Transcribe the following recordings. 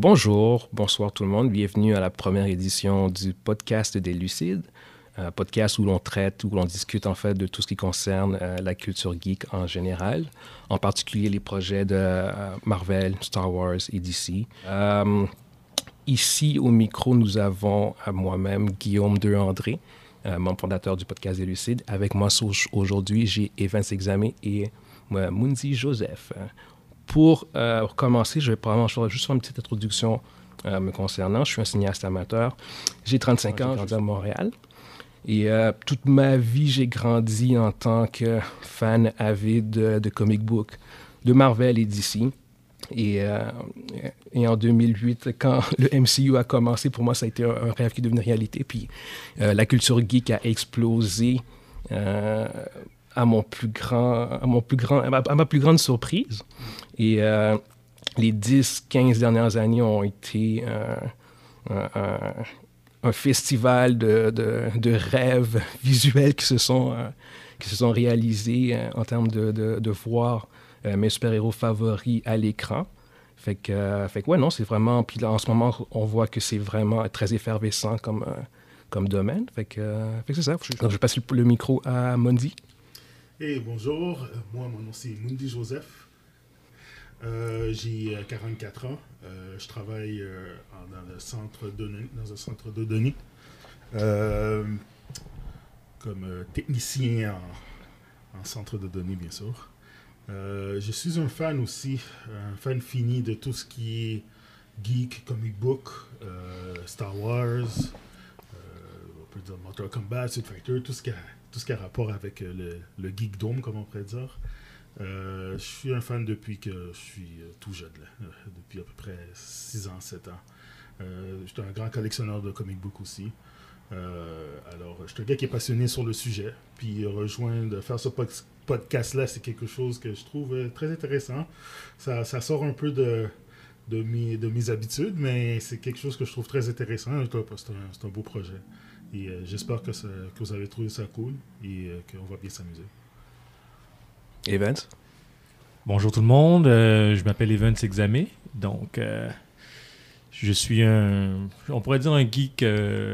Bonjour, bonsoir tout le monde. Bienvenue à la première édition du podcast des Lucides, un podcast où l'on traite, où l'on discute en fait de tout ce qui concerne la culture geek en général, en particulier les projets de Marvel, Star Wars et DC. Ici au micro, nous avons moi-même Guillaume André, membre fondateur du podcast des Lucides. Avec moi aujourd'hui, j'ai Evans Examé et moi, Mundi Joseph. Pour commencer, je vais probablement juste faire une petite introduction me concernant. Je suis un cinéaste amateur. J'ai 35 ans, j'ai grandi à Montréal. Et toute ma vie, j'ai grandi en tant que fan avide de comic book, de Marvel et DC. Et en 2008, quand le MCU a commencé, pour moi, ça a été un rêve qui est devenu réalité. Puis la culture geek a explosé à ma plus grande surprise. Et les 10-15 dernières années ont été un festival de rêves visuels qui se sont réalisés en termes de voir mes super-héros favoris à l'écran. Fait que ouais, non, c'est vraiment... Puis là, en ce moment, on voit que c'est vraiment très effervescent comme domaine. Fait que c'est ça. Donc, je passe le micro à Mundi. Hey, bonjour, moi, mon nom c'est Mundi Joseph. J'ai 44 ans. Je travaille dans un centre de données comme technicien en centre de données, bien sûr. Je suis un fan aussi, un fan fini de tout ce qui est geek, comic book, Star Wars, on peut dire Mortal Kombat, Street Fighter, tout ce qui a rapport avec le geekdom, comme on pourrait dire. Je suis un fan depuis que je suis tout jeune, là, depuis à peu près 6 ans, 7 ans. Je suis un grand collectionneur de comic book aussi. Alors, je suis un gars qui est passionné sur le sujet. Puis faire ce podcast-là, c'est quelque chose que je trouve très intéressant. Ça sort un peu de mes habitudes, mais c'est quelque chose que je trouve très intéressant. C'est un beau projet. Et j'espère que vous avez trouvé ça cool et qu'on va bien s'amuser. Evans? Bonjour tout le monde, je m'appelle Evans Examé, donc je suis on pourrait dire un geek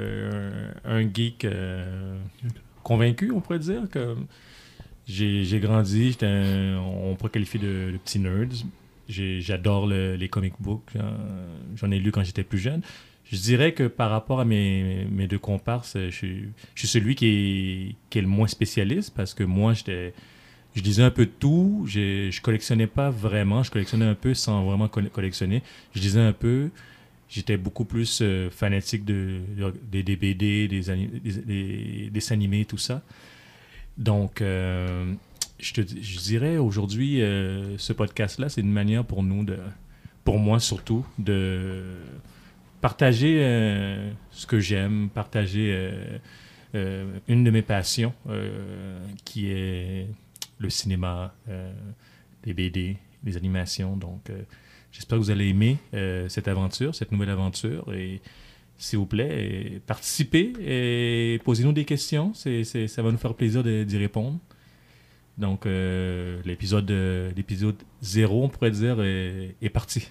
convaincu, on pourrait dire que j'ai grandi, on pourrait qualifier de petit nerd. J'adore les comic books, j'en ai lu quand j'étais plus jeune. Je dirais que par rapport à mes deux comparses, je suis celui qui est le moins spécialiste parce que moi, je lisais un peu de tout. Je collectionnais pas vraiment. Je collectionnais un peu sans vraiment collectionner. Je lisais un peu. J'étais beaucoup plus fanatique des BD, des dessins animés, tout ça. Donc, je dirais aujourd'hui, ce podcast-là, c'est une manière pour nous, pour moi surtout, de partager ce que j'aime, partager une de mes passions, qui est le cinéma, les BD, les animations. Donc, j'espère que vous allez aimer cette nouvelle aventure. Et s'il vous plaît, participez et posez-nous des questions. Ça va nous faire plaisir d'y répondre. Donc, l'épisode 0, on pourrait dire, est parti.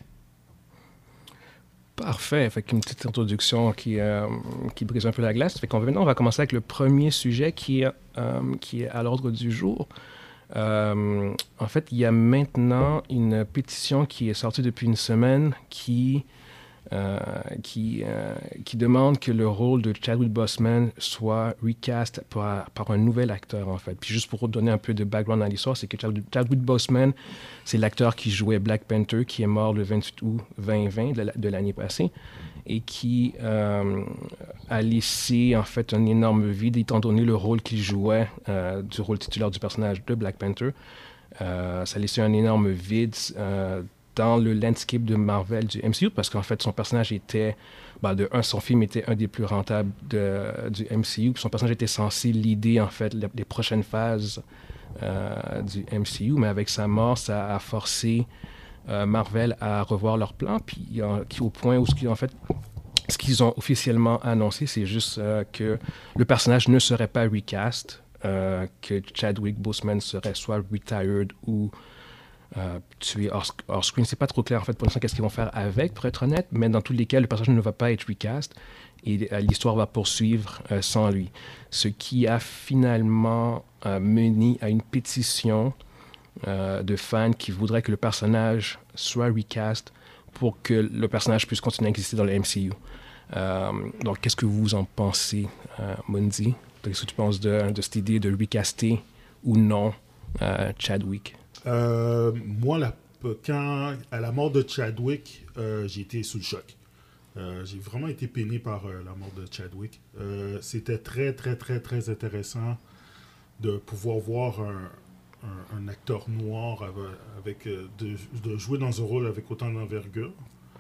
Parfait. Fait qu'une petite introduction qui brise un peu la glace. Fait maintenant, on va commencer avec le premier sujet qui est à l'ordre du jour. En fait, il y a maintenant une pétition qui est sortie depuis une semaine qui demande que le rôle de Chadwick Boseman soit recast par un nouvel acteur, en fait. Puis juste pour donner un peu de background à l'histoire, c'est que Chadwick Boseman, c'est l'acteur qui jouait Black Panther, qui est mort le 28 août 2020 de l'année passée, et qui a laissé, en fait, un énorme vide, étant donné le rôle qu'il jouait, du rôle titulaire du personnage de Black Panther. Ça a laissé un énorme vide dans le landscape de Marvel du MCU, parce qu'en fait, son personnage était, son film était un des plus rentables du MCU, puis son personnage était censé leader, en fait, les prochaines phases du MCU, mais avec sa mort, ça a forcé Marvel à revoir leur plan, puis au point où, en fait, ce qu'ils ont officiellement annoncé, c'est juste que le personnage ne serait pas recast, que Chadwick Boseman serait soit retired ou tué hors screen. C'est pas trop clair en fait pour l'instant qu'est-ce qu'ils vont faire avec, pour être honnête, mais dans tous les cas, le personnage ne va pas être recast et l'histoire va poursuivre sans lui. Ce qui a finalement mené à une pétition de fans qui voudraient que le personnage soit recast pour que le personnage puisse continuer à exister dans le MCU. Donc, qu'est-ce que vous en pensez, Mundi? Qu'est-ce que tu penses de cette idée de recaster ou non Chadwick? Moi, à la mort de Chadwick, j'ai été sous le choc. J'ai vraiment été peiné par la mort de Chadwick. C'était très, très, très, très intéressant de pouvoir voir un acteur noir de jouer dans un rôle avec autant d'envergure,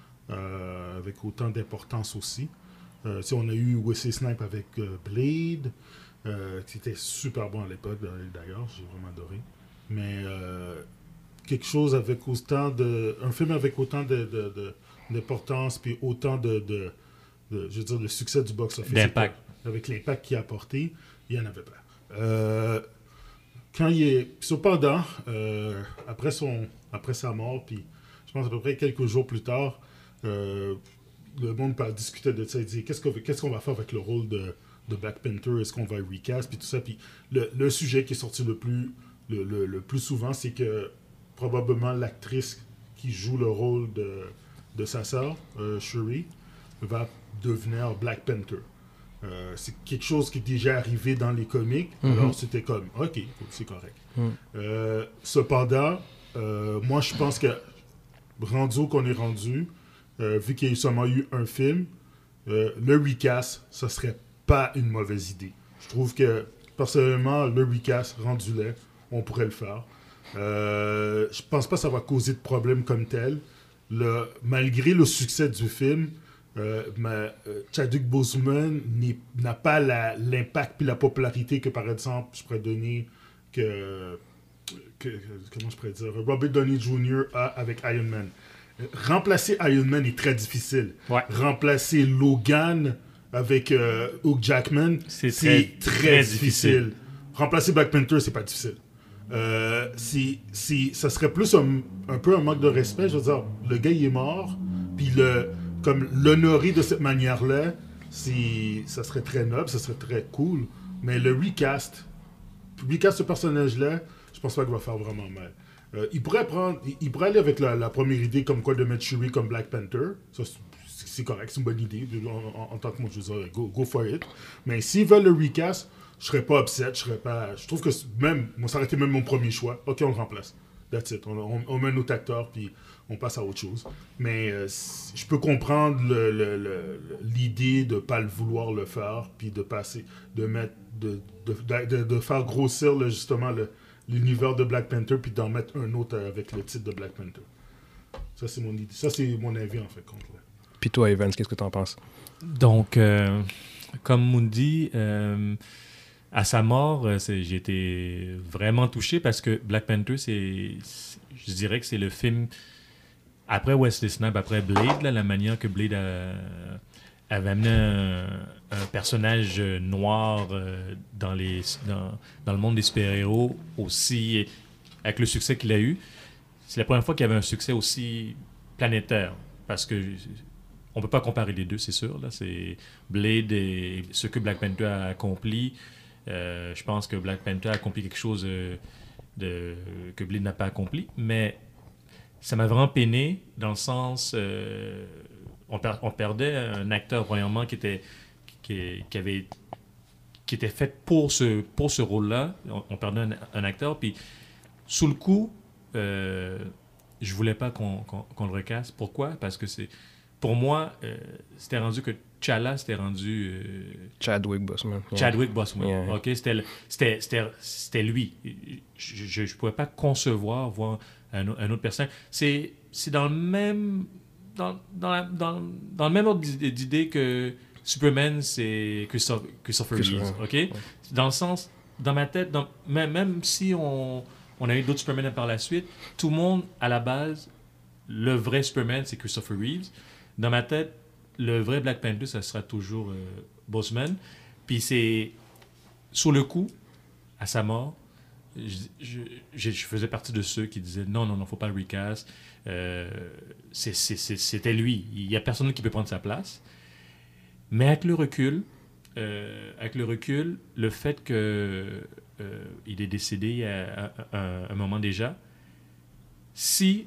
avec autant d'importance aussi. On a eu Wesley Snipes avec Blade, qui était super bon à l'époque, d'ailleurs, j'ai vraiment adoré. Mais quelque chose avec un film avec autant d'importance, puis autant je veux dire, le succès du box-office. D'impact. Avec l'impact qu'il a apporté, il n'y en avait pas. Cependant, après sa mort, puis je pense à peu près quelques jours plus tard, le monde discutait de ça. Il disait qu'est-ce qu'on va faire avec le rôle de Black Panther? Est-ce qu'on va recast? Puis tout ça. Puis le sujet qui est sorti le plus souvent, c'est que probablement l'actrice qui joue le rôle de sa sœur, Shuri, va devenir Black Panther. C'est quelque chose qui est déjà arrivé dans les comics, alors c'était comme, ok, c'est correct. Cependant, moi je pense que rendu où qu'on est rendu, vu qu'il y a seulement eu un film, le recast, ça serait pas une mauvaise idée. Je trouve que, personnellement, le recast rendu là, on pourrait le faire. Je pense pas que ça va causer de problème comme tel. Malgré le succès du film, Chadwick Boseman n'a pas l'impact et la popularité que, par exemple, je pourrais donner comment je pourrais dire, Robert Downey Jr. a avec Iron Man. Remplacer Iron Man est très difficile. Ouais. Remplacer Logan avec Hugh Jackman, c'est très difficile. Remplacer Black Panther, c'est pas difficile. Ça serait plus un peu un manque de respect. Je veux dire, le gars, il est mort, puis comme l'honorer de cette manière-là, ça serait très noble, ça serait très cool. Mais le recast ce personnage-là, je pense pas qu'il va faire vraiment mal. Il pourrait aller avec la première idée comme quoi de mettre Shuri comme Black Panther. Ça, c'est correct, c'est une bonne idée. En tant que moi, je veux dire, go for it. Mais s'ils veulent le recast, je serais pas upset, je trouve que moi, ça aurait été même mon premier choix. Ok, on le remplace. That's it. On met un autre acteur, puis on passe à autre chose. Mais je peux comprendre l'idée de pas le vouloir le faire, puis de faire grossir justement l'univers de Black Panther, puis d'en mettre un autre avec le titre de Black Panther. Ça, c'est mon idée. Ça, c'est mon avis, en fait, contre là. Puis toi, Evans, qu'est-ce que tu en penses? Donc, comme Mundi, à sa mort, j'ai été vraiment touché parce que Black Panther, je dirais que c'est le film, après Wesley Snipes, après Blade, la manière que Blade avait amené un personnage noir dans le monde des super-héros aussi, avec le succès qu'il a eu. C'est la première fois qu'il y avait un succès aussi planétaire, parce que on peut pas comparer les deux, c'est sûr. Là. C'est Blade et ce que Black Panther a accompli. Je pense que Black Panther a accompli quelque chose que Blade n'a pas accompli, mais ça m'a vraiment peiné dans le sens on perdait un acteur premièrement qui était fait pour ce rôle-là. On perdait un acteur, puis sous le coup, je voulais pas qu'on le recasse. Pourquoi? Parce que pour moi, c'était rendu que c'était rendu... Chadwick Boseman. Yeah. Chadwick Boseman. Yeah. OK? C'était lui. Je ne pouvais pas concevoir voir un autre personnage. C'est dans le même... Dans le même ordre d'idée que Superman, c'est Christopher Reeves. OK? Ouais. Dans le sens... Dans ma tête, même si on a eu d'autres Superman par la suite, tout le monde, à la base, le vrai Superman, c'est Christopher Reeves. Dans ma tête, le vrai Black Panther, ça sera toujours Boseman. Puis c'est sur le coup, à sa mort, je faisais partie de ceux qui disaient non, faut pas le recast. C'était lui. Il y a personne qui peut prendre sa place. Mais avec le recul, le fait que il est décédé à un moment déjà, si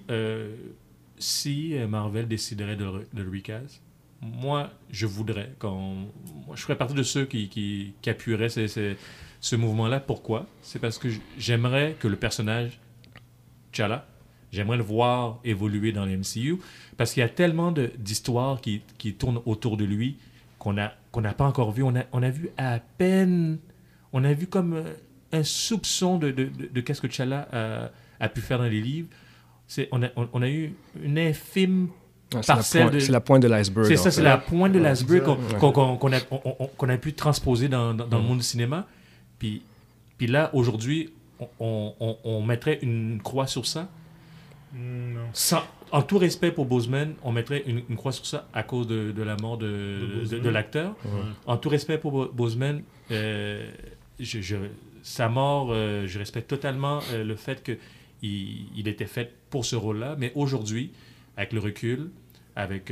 Marvel déciderait de le recast, moi, je voudrais je ferais partie de ceux qui appuieraient ce mouvement-là. Pourquoi? C'est parce que j'aimerais que le personnage T'Challa, j'aimerais le voir évoluer dans le MCU, parce qu'il y a tellement d'histoires qui tournent autour de lui qu'on n'a pas encore vu. On a vu à peine... On a vu comme un soupçon de qu'est-ce que T'Challa a pu faire dans les livres. On a eu une infime parcelle c'est la pointe de l'iceberg. C'est ça, c'est la pointe de Ouais, l'iceberg exact. qu'on a pu transposer dans le monde du cinéma. Puis là, aujourd'hui, on mettrait une croix sur ça. Non. En tout respect pour Boseman, on mettrait une croix sur ça à cause de la mort de l'acteur. En tout respect pour Boseman, sa mort, je respecte totalement le fait qu'il était fait pour ce rôle-là. Mais aujourd'hui, avec le recul, avec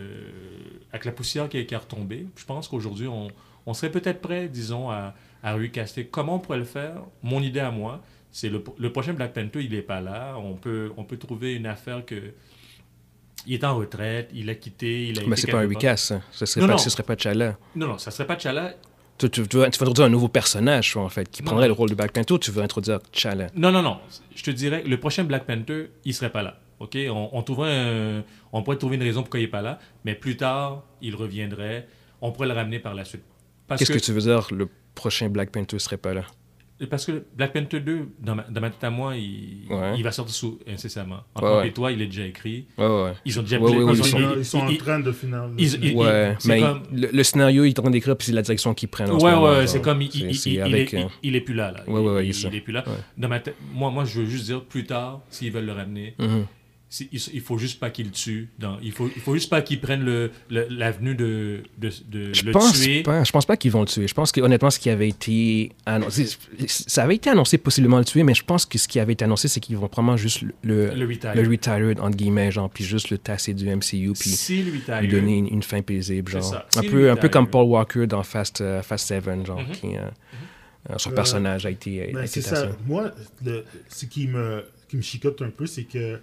la poussière qui est retombée, je pense qu'aujourd'hui, on serait peut-être prêt, disons, à recaster. Comment on pourrait le faire? Mon idée à moi, c'est le prochain Black Panther, il n'est pas là. On peut trouver une affaire que... Il est en retraite, il a quitté, il a été... Mais c'est pas un recast, ça. Ce serait pas T'Challa. Non, ça serait pas T'Challa. Tu veux introduire un nouveau personnage, en fait, qui prendrait le rôle de Black Panther, tu veux introduire T'Challa. Non. Je te dirais, le prochain Black Panther, il serait pas là. OK? On pourrait trouver une raison pourquoi il n'est pas là, mais plus tard, il reviendrait. On pourrait le ramener par la suite. Qu'est-ce que tu veux dire, le prochain Black Panther serait pas là? Parce que Black Panther 2, dans ma tête à moi, il va sortir incessamment. Et toi, il est déjà écrit. Ouais. Ils ont déjà... Ils sont en train de finaliser. Mais le scénario, ils sont en train d'écrire, puis c'est la direction qu'ils prennent en ce moment. C'est comme... Il est plus là. Il est plus là. Dans ma tête, moi, je veux juste dire, plus tard, s'ils veulent le ramener... Il faut juste pas qu'ils le tuent. Il faut juste pas qu'ils prennent l'avenue de le tuer. Je pense pas qu'ils vont le tuer. Je pense que honnêtement, ce qui avait été annoncé, ça avait été annoncé possiblement le tuer, mais je pense que ce qui avait été annoncé, c'est qu'ils vont probablement juste le retired entre guillemets, genre, puis juste le tasser du MCU, puis lui donner une fin paisible, genre, un peu comme Paul Walker dans Fast 7, genre, qui son personnage a été c'est tassé. ça. Moi, ce qui me chicote un peu, c'est que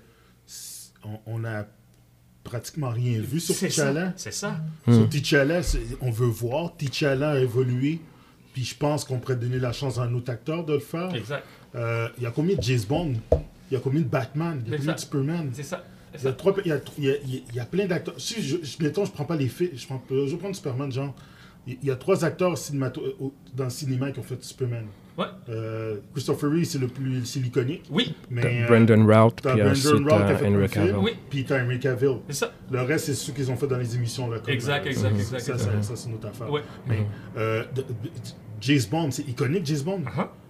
on a pratiquement rien vu sur T'Challa. C'est ça. Sur T'Challa, on veut voir T'Challa évoluer. Puis je pense qu'on pourrait donner la chance à un autre acteur de le faire. Exact. Il y a combien de James Bond? Il y a combien de Batman? Il y a combien de Superman? C'est ça. Il y a plein d'acteurs. Si mettons, je prends pas les films, je vais prendre Superman, genre. Il y a 3 acteurs dans le cinéma qui ont fait Superman. Ouais. Christopher Reeve, c'est l'iconique. Oui. Mais Brandon Routh, puis ensuite Henry Cavill. Oui. Puis t'as Henry Cavill. C'est ça. Le reste, c'est ceux qu'ils ont fait dans les émissions. Là, comme, exact. Ça, c'est notre affaire. Ouais. Mais James Bond, c'est iconique, James Bond.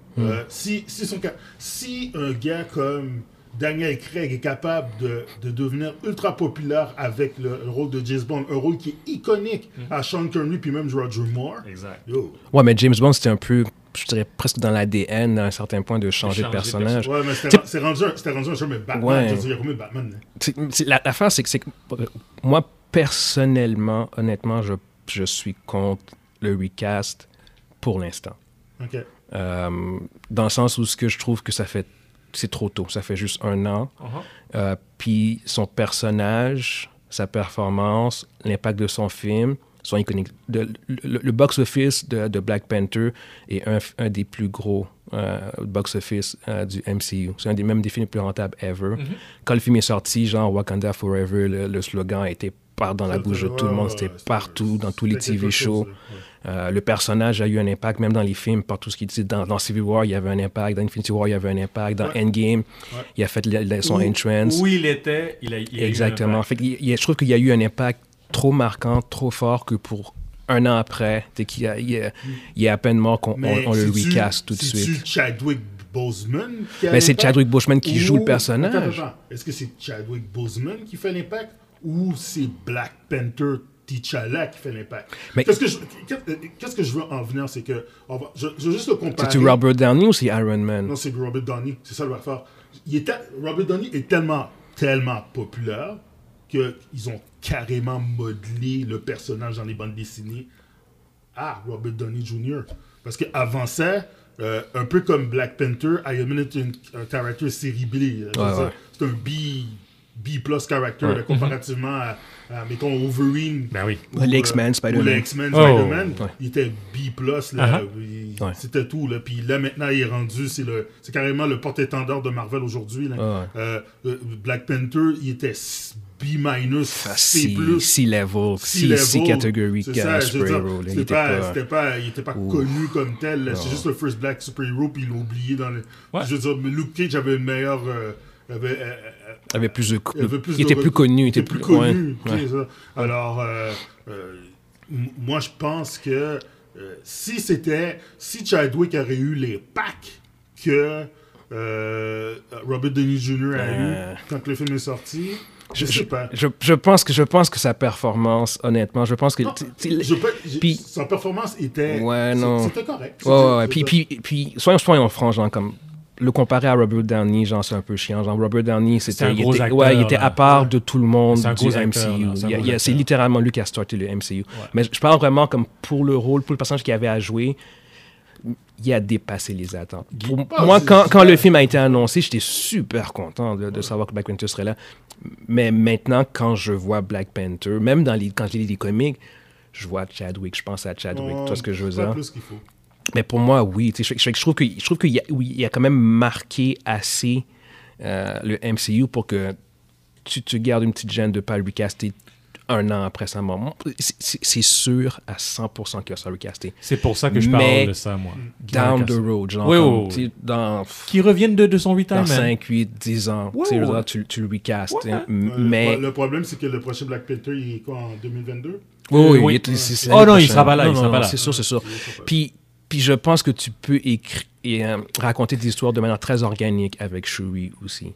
Si un gars comme Daniel Craig est capable de devenir ultra populaire avec le rôle de James Bond, un rôle qui est iconique à Sean Connery puis même Roger Moore. Exact. Ouais, mais James Bond, c'était un peu, je dirais, presque dans l'ADN, à un certain point, de changer de personnage. Ouais, mais c'était rendu un jeu, mais Batman, ouais. il y a combien de Batman? L'affaire, c'est que moi, personnellement, honnêtement, je suis contre le recast pour l'instant. OK. Dans le sens où ce que je trouve que c'est trop tôt. Ça fait juste 1 an. Puis son personnage, sa performance, l'impact de son film sont iconiques. Le box-office de Black Panther est un des plus gros box-office du MCU. C'est même des films les plus rentables ever. Quand le film est sorti, genre Wakanda Forever, le slogan était part dans la bouche de tout le monde. C'était partout, dans tous les TV shows. Le personnage a eu un impact, même dans les films, par tout ce qu'il dit. Dans Civil War, il y avait un impact. Dans Infinity War, il y avait un impact. Dans Endgame, il a fait son entrance. Où il était, il a exactement. Fait que je trouve qu'il y a eu un impact trop marquant, trop fort que pour 1 an après, dès qu'il y a à peine mort qu'on le recast tout de suite. C'est Chadwick Boseman qui a mais c'est Chadwick Boseman qui joue le personnage. Attends. Est-ce que c'est Chadwick Boseman qui fait l'impact ou c'est Black Panther T'Challa qui fait l'impact. Mais- Qu'est-ce que je veux en venir, c'est que je veux juste le comparer. C'est-tu Robert Downey ou c'est Iron Man? Non, c'est Robert Downey. C'est ça l'affaire. Robert Downey est tellement populaire qu'ils ont carrément modelé le personnage dans les bandes dessinées à Robert Downey Jr. Parce qu'avant ça, un peu comme Black Panther, Iron Man est un caractère série B. C'est un B+ character là, comparativement à, mettons, Wolverine. Ben oui. Ou les X-Men, Spider-Man. Ou les X-Men, Oh. Spider-Man. Ouais. Il était B+, là. C'était tout, là. Puis là, maintenant, il est rendu, c'est carrément le porte-étendard de Marvel aujourd'hui, là. Black Panther, il était B-, C+. C-level, C-category superhero. Il était pas connu comme tel. C'est juste le first black superhero, puis ils l'ont oublié dans le... Ouais. Je veux dire, Luke Cage avait une meilleure... avait plus de il était plus connu, il était plus connu. Ouais. Ça. Alors, moi, je pense que si Chadwick aurait eu les packs que Robert Downey Jr. a eu quand le film est sorti, je pense que sa performance, honnêtement, je pense que sa performance était c'était correct. Puis soyons francs, genre, comme le comparer à Robert Downey, genre, c'est un peu chiant. Genre, Robert Downey, il était à part de tout le monde du MCU. C'est littéralement lui qui a starté le MCU. Ouais. Mais je parle vraiment comme pour le rôle, pour le personnage qu'il avait à jouer, il a dépassé les attentes. Moi, quand le film a été annoncé, j'étais super content de savoir que Black Panther serait là. Mais maintenant, quand je vois Black Panther, même quand je lis des comics, je vois Chadwick, je pense à Chadwick. Tu vois ce que je veux dire? Plus qu'il faut. Mais pour moi, oui. Je trouve qu'il a quand même marqué assez le MCU pour que tu te gardes une petite gêne de ne pas le recaster un an après sa mort. C'est sûr à 100% qu'il va se recaster. C'est pour ça que je parle de ça, moi. Down the road, genre. Oui. Qui reviennent de son retirement. Dans 5, 8, 10 ans. Tu le recastes. Mais... Le problème, c'est que le prochain Black Panther, il est quoi, en 2022? Oui. Non, il sera pas là. C'est sûr. Puis je pense que tu peux raconter des histoires de manière très organique avec Shuri aussi.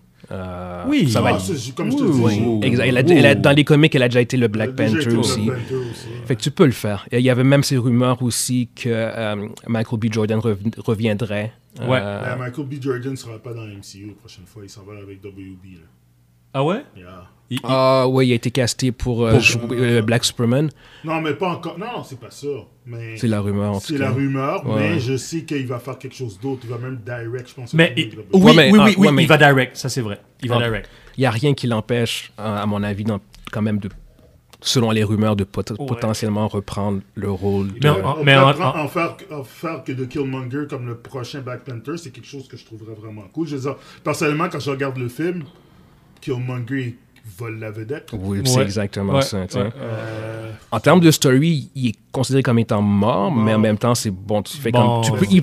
Ça va être... comme je te dis. Exact. Dans les comics, elle a déjà été le Black Panther aussi. Fait que tu peux le faire. Il y avait même ces rumeurs aussi que Michael B. Jordan reviendrait. Michael B. Jordan ne sera pas dans la MCU la prochaine fois. Il s'en va avec WB. Là. Ah ouais? Yeah. Oui, il a été casté pour jouer Black Superman. Non, mais pas encore. Non, c'est pas ça. Mais c'est la rumeur, en tout cas. C'est la rumeur, mais je sais qu'il va faire quelque chose d'autre. Il va même direct, je pense. Mais il va direct. Ça, c'est vrai. Il va direct. Il n'y a rien qui l'empêche, à mon avis, quand même, selon les rumeurs, de potentiellement reprendre le rôle. En faire que de Killmonger comme le prochain Black Panther, c'est quelque chose que je trouverais vraiment cool. Je veux dire, personnellement, quand je regarde le film, Killmonger vole la vedette. Oui, c'est exactement ça. En termes de story, il est considéré comme étant mort, mais en même temps, c'est bon. Tu fais comme. C'est un film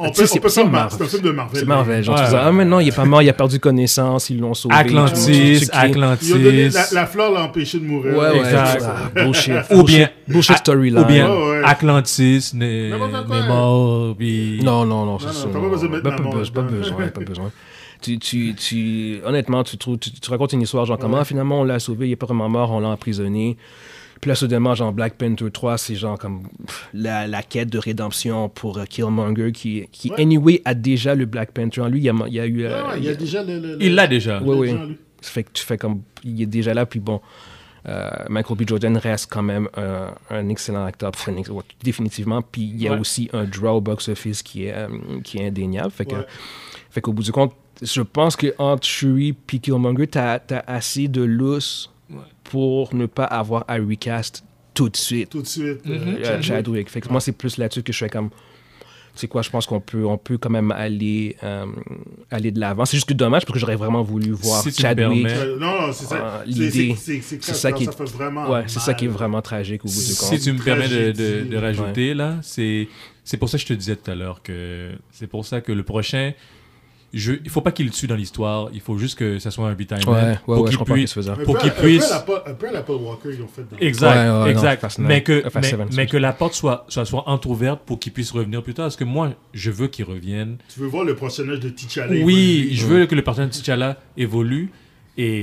de Marvel. C'est Marvel. Genre, tu dis, mais non, il est pas mort, il a perdu connaissance, ils l'ont sauvé. Atlantis. Ils ont donné la fleur l'a empêché de mourir. Ouais, exact. Bullshit. Bullshit storyline. Ou bien Atlantis n'est mort. Non, c'est ça. Pas besoin. Honnêtement, tu racontes une histoire, genre, comment finalement on l'a sauvé, il est pas vraiment mort, on l'a emprisonné. Puis là, soudainement, genre, Black Panther 3, c'est genre comme la quête de rédemption pour Killmonger qui anyway, a déjà le Black Panther en lui. Il y a eu... il a déjà il l'a déjà. Oui. Ça fait que tu fais comme... Il est déjà là, puis bon... Michael B. Jordan reste quand même un excellent acteur, définitivement. Puis il y a aussi un draw au box-office qui est indéniable. Fait qu'au bout du compte, je pense qu'entre Shuri et Killmonger, t'as assez de lousse pour ne pas avoir à recast tout de suite. Chadwick. Fait que moi, c'est plus là-dessus que je fais comme... C'est quoi, je pense qu'on peut quand même aller de l'avant. C'est juste que dommage parce que j'aurais vraiment voulu voir Chadwick. Non, c'est ça. L'idée, c'est ça qui est vraiment c'est ça qui est vraiment tragique au bout du compte. Si tu me permets de rajouter, là, c'est pour ça que je te disais tout à l'heure que c'est pour ça que le prochain... il faut pas qu'il le tue dans l'histoire, il faut juste que ça soit un retirement pour qu'il puisse un peu à la Paul Walker ils ont fait dans exact mais que la porte soit entrouverte pour qu'il puisse revenir plus tard parce que moi je veux qu'il revienne. Tu veux voir le personnage de T'Challa je veux que le personnage de T'Challa évolue et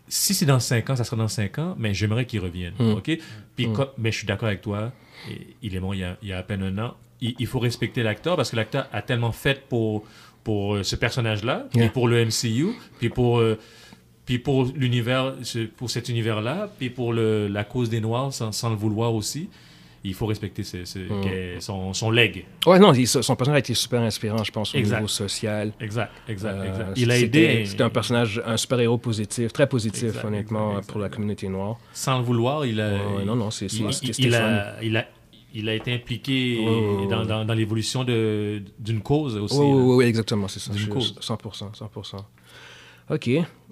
si c'est dans 5 ans, ça sera dans 5 ans, mais j'aimerais qu'il revienne. OK? Puis, mais je suis d'accord avec toi. Il est mort il y a à peine un an. Il faut respecter l'acteur parce que l'acteur a tellement fait pour ce personnage-là, puis pour le MCU, puis pour l'univers, pour cet univers-là, puis pour la cause des Noirs sans le vouloir aussi. Il faut respecter son leg. Ouais, non, son personnage a été super inspirant, je pense, au niveau social. Exact. Il a aidé. C'était un personnage, un super-héros positif, très positif, honnêtement, pour la communauté noire. Sans le vouloir, il a été impliqué dans l'évolution d'une cause aussi. Oui, exactement, c'est ça. D'une cause. 100%. OK.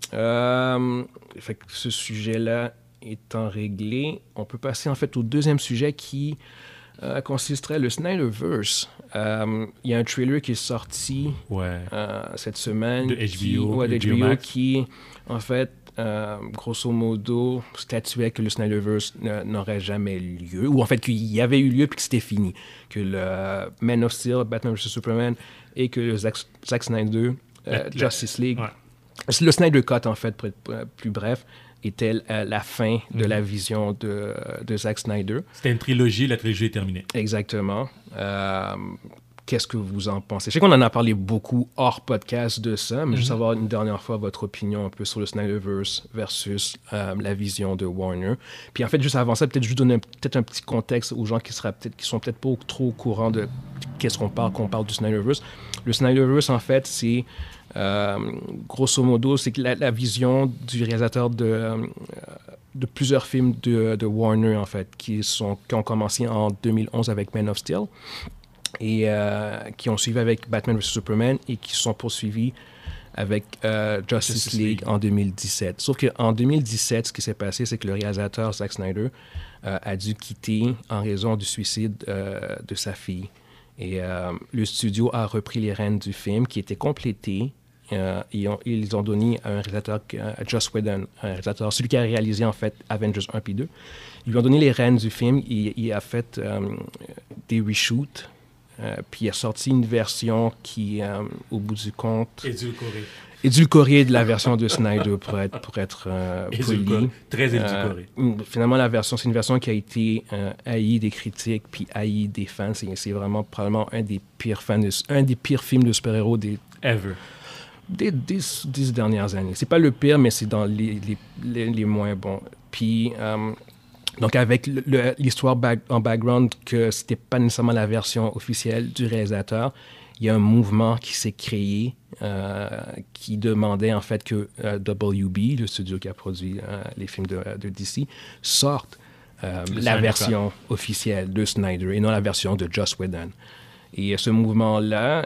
Fait que ce sujet-là étant réglé, on peut passer en fait au deuxième sujet qui consisterait le Snyderverse. Il y a un trailer qui est sorti cette semaine de HBO Max. qui en fait grosso modo statuait que le Snyderverse n'aurait jamais lieu, ou en fait qu'il y avait eu lieu puis que c'était fini, que le Man of Steel, Batman vs Superman et que le Zack Snyder Justice League, le Snyder Cut en fait pour être plus bref, était la fin de la vision de Zack Snyder. C'était une trilogie, la trilogie est terminée. Exactement. Qu'est-ce que vous en pensez? Je sais qu'on en a parlé beaucoup hors podcast de ça, mais juste avoir une dernière fois votre opinion un peu sur le Snyderverse versus la vision de Warner. Puis en fait, juste avant ça, peut-être juste donner peut-être un petit contexte aux gens qui sont peut-être pas trop au courant de qu'est-ce qu'on parle quand on parle du Snyderverse. Le Snyderverse, en fait, c'est grosso modo, c'est que la vision du réalisateur de plusieurs films de Warner, en fait, qui ont commencé en 2011 avec Man of Steel et qui ont suivi avec Batman vs Superman et qui sont poursuivis avec Justice League en 2017. Sauf qu'en 2017, ce qui s'est passé, c'est que le réalisateur Zack Snyder a dû quitter en raison du suicide de sa fille. Et le studio a repris les rênes du film qui était complété. Ils ont donné à un réalisateur, à Joss Whedon, un réalisateur, celui qui a réalisé en fait Avengers 1 puis 2. Ils lui ont donné les rênes du film. Il a fait des reshoots. Puis il a sorti une version qui, au bout du compte... Édulcorée de la version de Snyder pour être poli. Très édulcorée. Finalement, c'est une version qui a été haïe des critiques puis haïe des fans. C'est vraiment probablement un des pires films de super-héros Ever. Des 10 dernières années. C'est pas le pire, mais c'est dans les moins bons. Puis... donc, avec l'histoire en background que c'était pas nécessairement la version officielle du réalisateur, il y a un mouvement qui s'est créé qui demandait en fait que WB, le studio qui a produit les films de DC, sorte la version officielle de Snyder et non la version de Joss Whedon. Et ce mouvement-là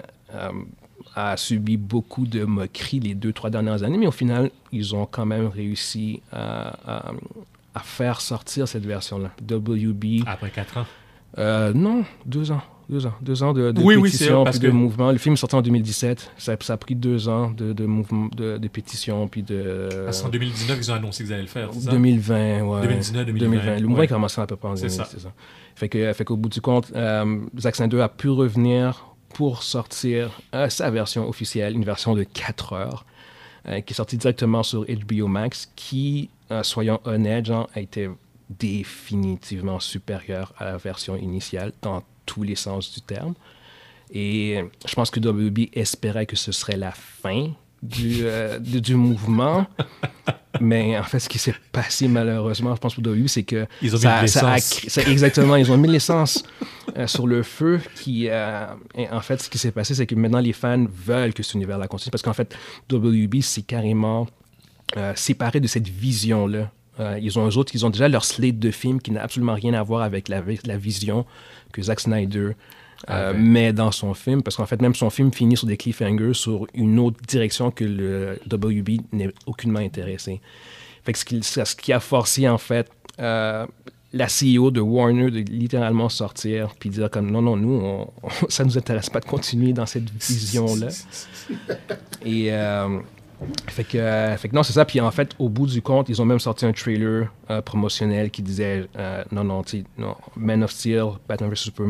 a subi beaucoup de moqueries les 2-3 dernières années, mais au final, ils ont quand même réussi à faire sortir cette version-là. WB... Après 4 ans? Non, 2 ans. 2 ans de pétition puis de mouvement. Le film est sorti en 2017. Ça a pris 2 ans de mouvement, de pétition puis de... Parce qu'en 2019, ils ont annoncé qu'ils allaient le faire, c'est ça? 2020, ouais. 2019-2020. Le mouvement a commencé à peu près en 2020, c'est ça. Fait qu'au bout du compte, Zack Snyder a pu revenir pour sortir sa version officielle, une version de 4 heures, qui est sortie directement sur HBO Max, qui... soyons honnêtes, a été définitivement supérieur à la version initiale dans tous les sens du terme. Et je pense que WB espérait que ce serait la fin du mouvement. Mais en fait, ce qui s'est passé malheureusement, je pense pour WB, c'est que ils ont mis l'essence. Exactement, ils ont mis l'essence sur le feu. En fait, ce qui s'est passé, c'est que maintenant les fans veulent que cet univers-là continue. Parce qu'en fait, WB, c'est carrément... séparés de cette vision-là. Ils ont déjà leur slate de films qui n'a absolument rien à voir avec la vision que Zack Snyder met dans son film, parce qu'en fait, même son film finit sur des cliffhangers sur une autre direction que le WB n'est aucunement intéressé. Fait que ce qui a forcé, en fait, la CEO de Warner de littéralement sortir puis dire comme non, nous, ça nous intéresse pas de continuer dans cette vision-là. Et... Fait que non, c'est ça. Puis en fait, au bout du compte, ils ont même sorti un trailer promotionnel qui disait non, Man of Steel, Batman vs Superman,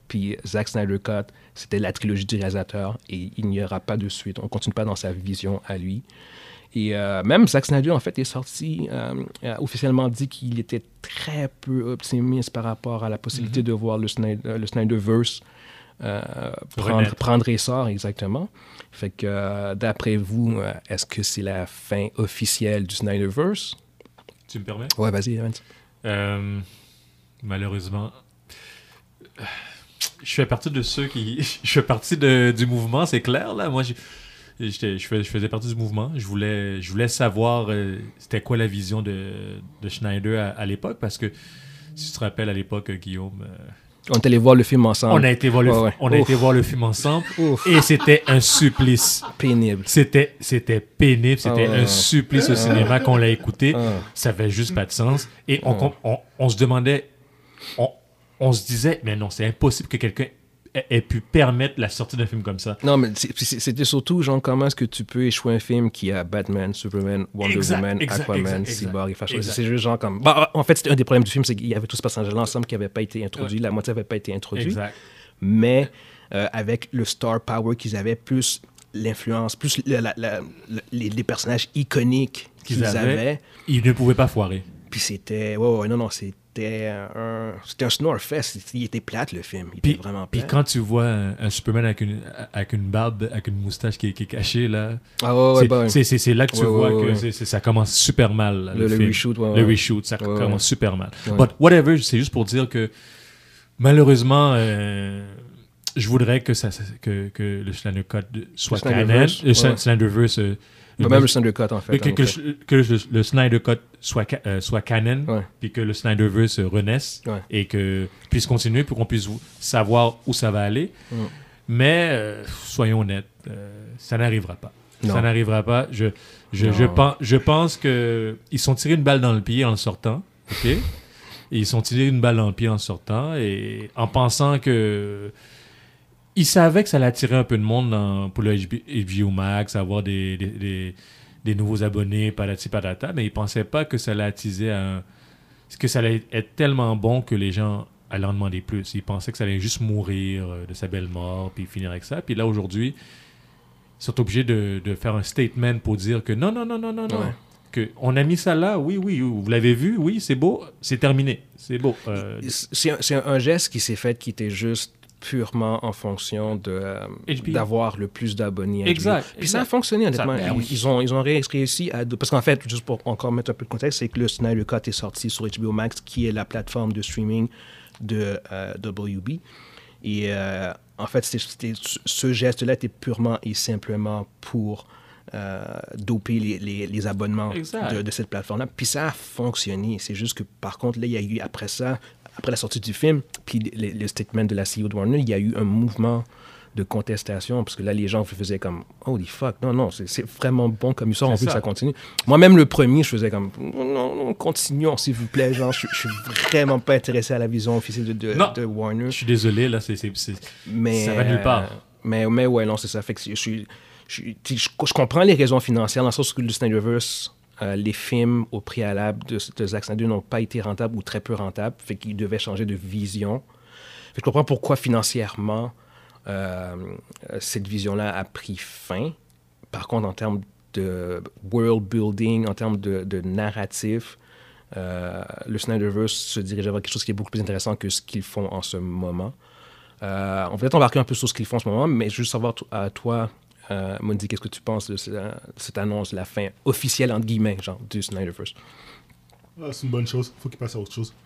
Puis Zack Snyder Cut, c'était la trilogie du réalisateur et il n'y aura pas de suite. On ne continue pas dans sa vision à lui. Et même Zack Snyder, en fait, est sorti, a officiellement dit qu'il était très peu optimiste par rapport à la possibilité de voir le Snyderverse prendre essor, exactement. Fait que, d'après vous, est-ce que c'est la fin officielle du Snyderverse? Tu me permets? Ouais, vas-y, Evans. Malheureusement, je fais partie de ceux qui... Je fais partie du mouvement, c'est clair, là. Moi, je faisais partie du mouvement. Je voulais savoir c'était quoi la vision de Schneider à l'époque, parce que, si tu te rappelles, à l'époque, Guillaume... On est allé voir le film ensemble. On a été voir le film ensemble. Ouf. Et c'était un supplice. Pénible. C'était pénible. C'était un supplice au cinéma qu'on l'a écouté. Ça avait juste pas de sens. Et on se demandait... On se disait, mais non, c'est impossible que quelqu'un ait pu permettre la sortie d'un film comme ça. Non, mais c'était surtout, genre, comment est-ce que tu peux échouer un film qui a Batman, Superman, Wonder Woman, Aquaman, Cyborg et Flash. C'est juste genre comme... Bah, en fait, c'était un des problèmes du film, c'est qu'il y avait tous ces personnages-là ensemble qui n'avaient pas été introduits. La moitié n'avait pas été introduite. Exact. Mais avec le star power qu'ils avaient, plus l'influence, plus les personnages iconiques qu'ils avaient... Ils ne pouvaient pas foirer. Puis c'était... C'était un snore fest. Il était plate, le film. Il était vraiment plate. Puis quand tu vois un Superman avec une barbe, avec une moustache qui est cachée, là, c'est là que tu vois que ça commence super mal. Là, le reshoot. Le reshoot, ça commence super mal. But whatever, c'est juste pour dire que malheureusement, je voudrais que le Snyder Cut soit canon. Le Snyderverse... même le Snyder Cut, en fait. Que le Snyder Cut soit canon, puis que le Snyderverse renaisse, et que puisse continuer pour qu'on puisse savoir où ça va aller. Mais, soyons honnêtes, ça n'arrivera pas. Non. Ça n'arrivera pas. Je pense qu'ils sont tirés une balle dans le pied en sortant, OK? Et ils sont tirés une balle dans le pied en sortant, et en pensant que... Ils savaient que ça allait attirer un peu de monde pour le HBO Max, avoir des nouveaux abonnés, patati patata, mais ils ne pensaient pas que ça allait attiser que ça allait être tellement bon que les gens allaient en demander plus. Ils pensaient que ça allait juste mourir de sa belle mort, puis finir avec ça. Puis là, aujourd'hui, ils sont obligés de faire un statement pour dire que non. Que on a mis ça là, oui, vous l'avez vu, oui, c'est beau, c'est terminé, c'est beau. C'est un geste qui s'est fait qui était juste purement en fonction d'avoir le plus d'abonnés. Exact. Puis ça a fonctionné, honnêtement. Ils ont réussi à... Parce qu'en fait, juste pour encore mettre un peu de contexte, c'est que le Snyder Cut est sorti sur HBO Max, qui est la plateforme de streaming de WB. Et en fait, ce geste-là était purement et simplement pour doper les abonnements de cette plateforme-là. Puis ça a fonctionné. C'est juste que, par contre, là, il y a eu, après la sortie du film, puis le statement de la CEO de Warner, il y a eu un mouvement de contestation, parce que là, les gens faisaient comme « Holy fuck, non, c'est vraiment bon comme histoire, on veut que ça continue. » Moi-même, le premier, je faisais comme « Non, continuons, s'il vous plaît, genre, je suis vraiment pas intéressé à la vision officielle de Warner. » Je suis désolé, là, ça va nulle part. Mais ouais, non, c'est ça. Fait que je comprends les raisons financières, dans le sens que le Snyderverse... les films au préalable de Zack Snyder n'ont pas été rentables ou très peu rentables, fait qu'il devait changer de vision. Fait que je comprends pourquoi financièrement cette vision-là a pris fin. Par contre, en termes de world building, en termes de narratif, le Snyderverse se dirigeait vers quelque chose qui est beaucoup plus intéressant que ce qu'ils font en ce moment. On va peut-être embarquer un peu sur ce qu'ils font en ce moment, mais juste savoir à toi... Mondi, qu'est-ce que tu penses de cette annonce, la fin officielle, entre guillemets, genre, du Snyderverse? C'est une bonne chose. Il faut qu'il passe à autre chose.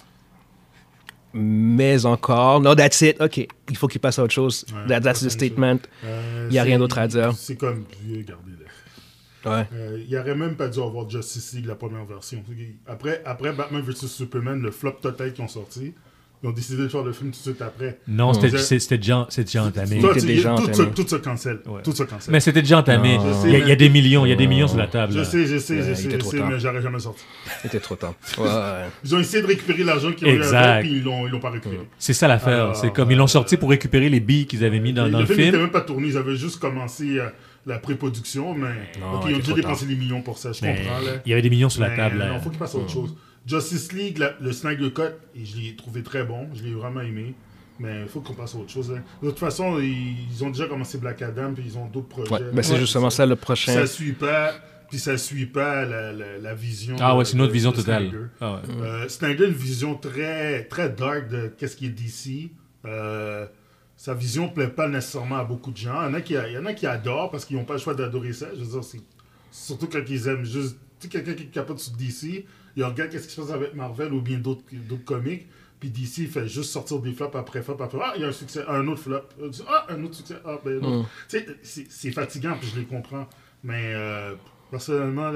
Mais encore, no, that's it. OK, il faut qu'il passe à autre chose. That's the statement. Il n'y a rien d'autre à dire. C'est comme, regardez-le. Ouais. Il n'aurait même pas dû avoir Justice League, la première version. Après Batman vs Superman, le flop total qu'ils ont sorti, ils ont décidé de faire le film tout de suite après. Non, c'était déjà entamé. Tout se cancelle. Ouais. Tout se cancelle. Mais c'était déjà entamé. Il y a des millions, sur la table. Je sais, mais j'aurais jamais sorti. C'était trop tard. Ouais. Ils ont essayé de récupérer l'argent qu'ils ont eu avec, puis ils l'ont pas récupéré. C'est ça l'affaire. C'est comme ils l'ont sorti pour récupérer les billes qu'ils avaient mis dans le film. Le film n'était même pas tourné. Ils avaient juste commencé la pré-production, mais ils ont déjà dépensé des millions pour ça. Je comprends. Il y avait des millions sur la table. Non, il faut qu'il passe à autre chose. Justice League, le Snyder Cut, et je l'ai trouvé très bon. Je l'ai vraiment aimé. Mais il faut qu'on passe à autre chose. Hein. De toute façon, ils ont déjà commencé Black Adam, puis ils ont d'autres projets. Ouais, ben c'est justement ça le prochain. Ça suit pas la vision. Ah ouais, c'est une autre vision totale. Ah ouais. Snyder a une vision très, très dark de qu'est-ce qui est DC. Sa vision ne plaît pas nécessairement à beaucoup de gens. Il y en a qui adorent parce qu'ils n'ont pas le choix d'adorer ça. Je veux dire, c'est surtout quand ils aiment juste... Tu sais, quelqu'un qui capote sur DC, il regarde qu'est-ce qui se passe avec Marvel ou bien d'autres comics. Puis DC fait juste sortir des flops après flop après. Ah, il y a un succès, un autre flop. Ah, un autre succès. Ah, ben, un autre. Tu sais, c'est fatigant, puis je les comprends. Mais personnellement,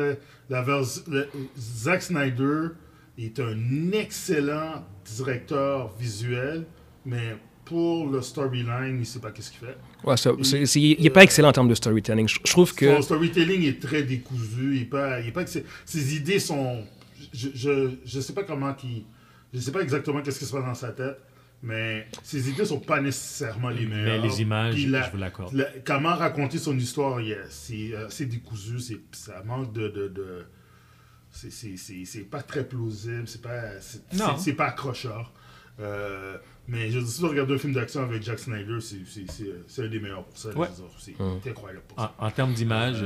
Zack Snyder est un excellent directeur visuel, mais pour le storyline, il ne sait pas qu'est-ce qu'il fait. Ouais, il n'est pas excellent en termes de storytelling. Je trouve que... Son storytelling est très décousu. Il est pas ses idées sont... Je sais pas comment qu'il... Je sais pas exactement qu'est-ce qui se passe dans sa tête, mais ses idées sont pas nécessairement les meilleures. Mais les images, je vous l'accorde. Comment raconter son histoire, c'est décousu, ça manque de c'est pas très plausible, c'est pas accrocheur. Mais je dis, si tu regardes un film d'action avec Zack Snyder, c'est un des meilleurs pour ça. Ouais. C'est incroyable pour ça. En termes d'image...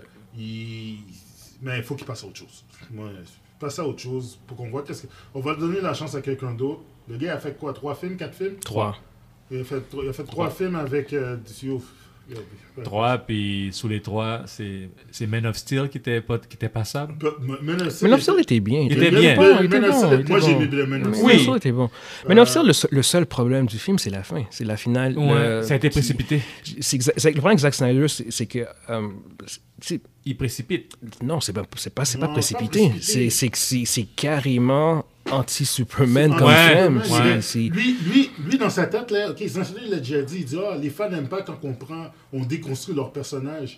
Mais il faut qu'il passe à autre chose. Moi, passe à autre chose pour qu'on voit qu'est-ce que... On va donner la chance à quelqu'un d'autre. Le gars a fait quoi? 3 films? 4 films? 3. Il a fait 3 films avec... 3, puis sous les 3, c'est Man of Steel qui était passable. Man of Steel était bien. Il était bien. Moi, j'ai aimé Man of Steel. Man of Steel était bon. Man of Steel, le seul problème du film, c'est la fin. C'est la finale. Ouais, ça a été précipité. Le problème avec Zack Snyder, c'est que... il précipite. Non, c'est pas précipité. C'est carrément anti-Superman comme film. Lui, dans sa tête, là, okay, il l'a déjà dit, il dit les fans n'aiment pas quand on déconstruit leur personnage.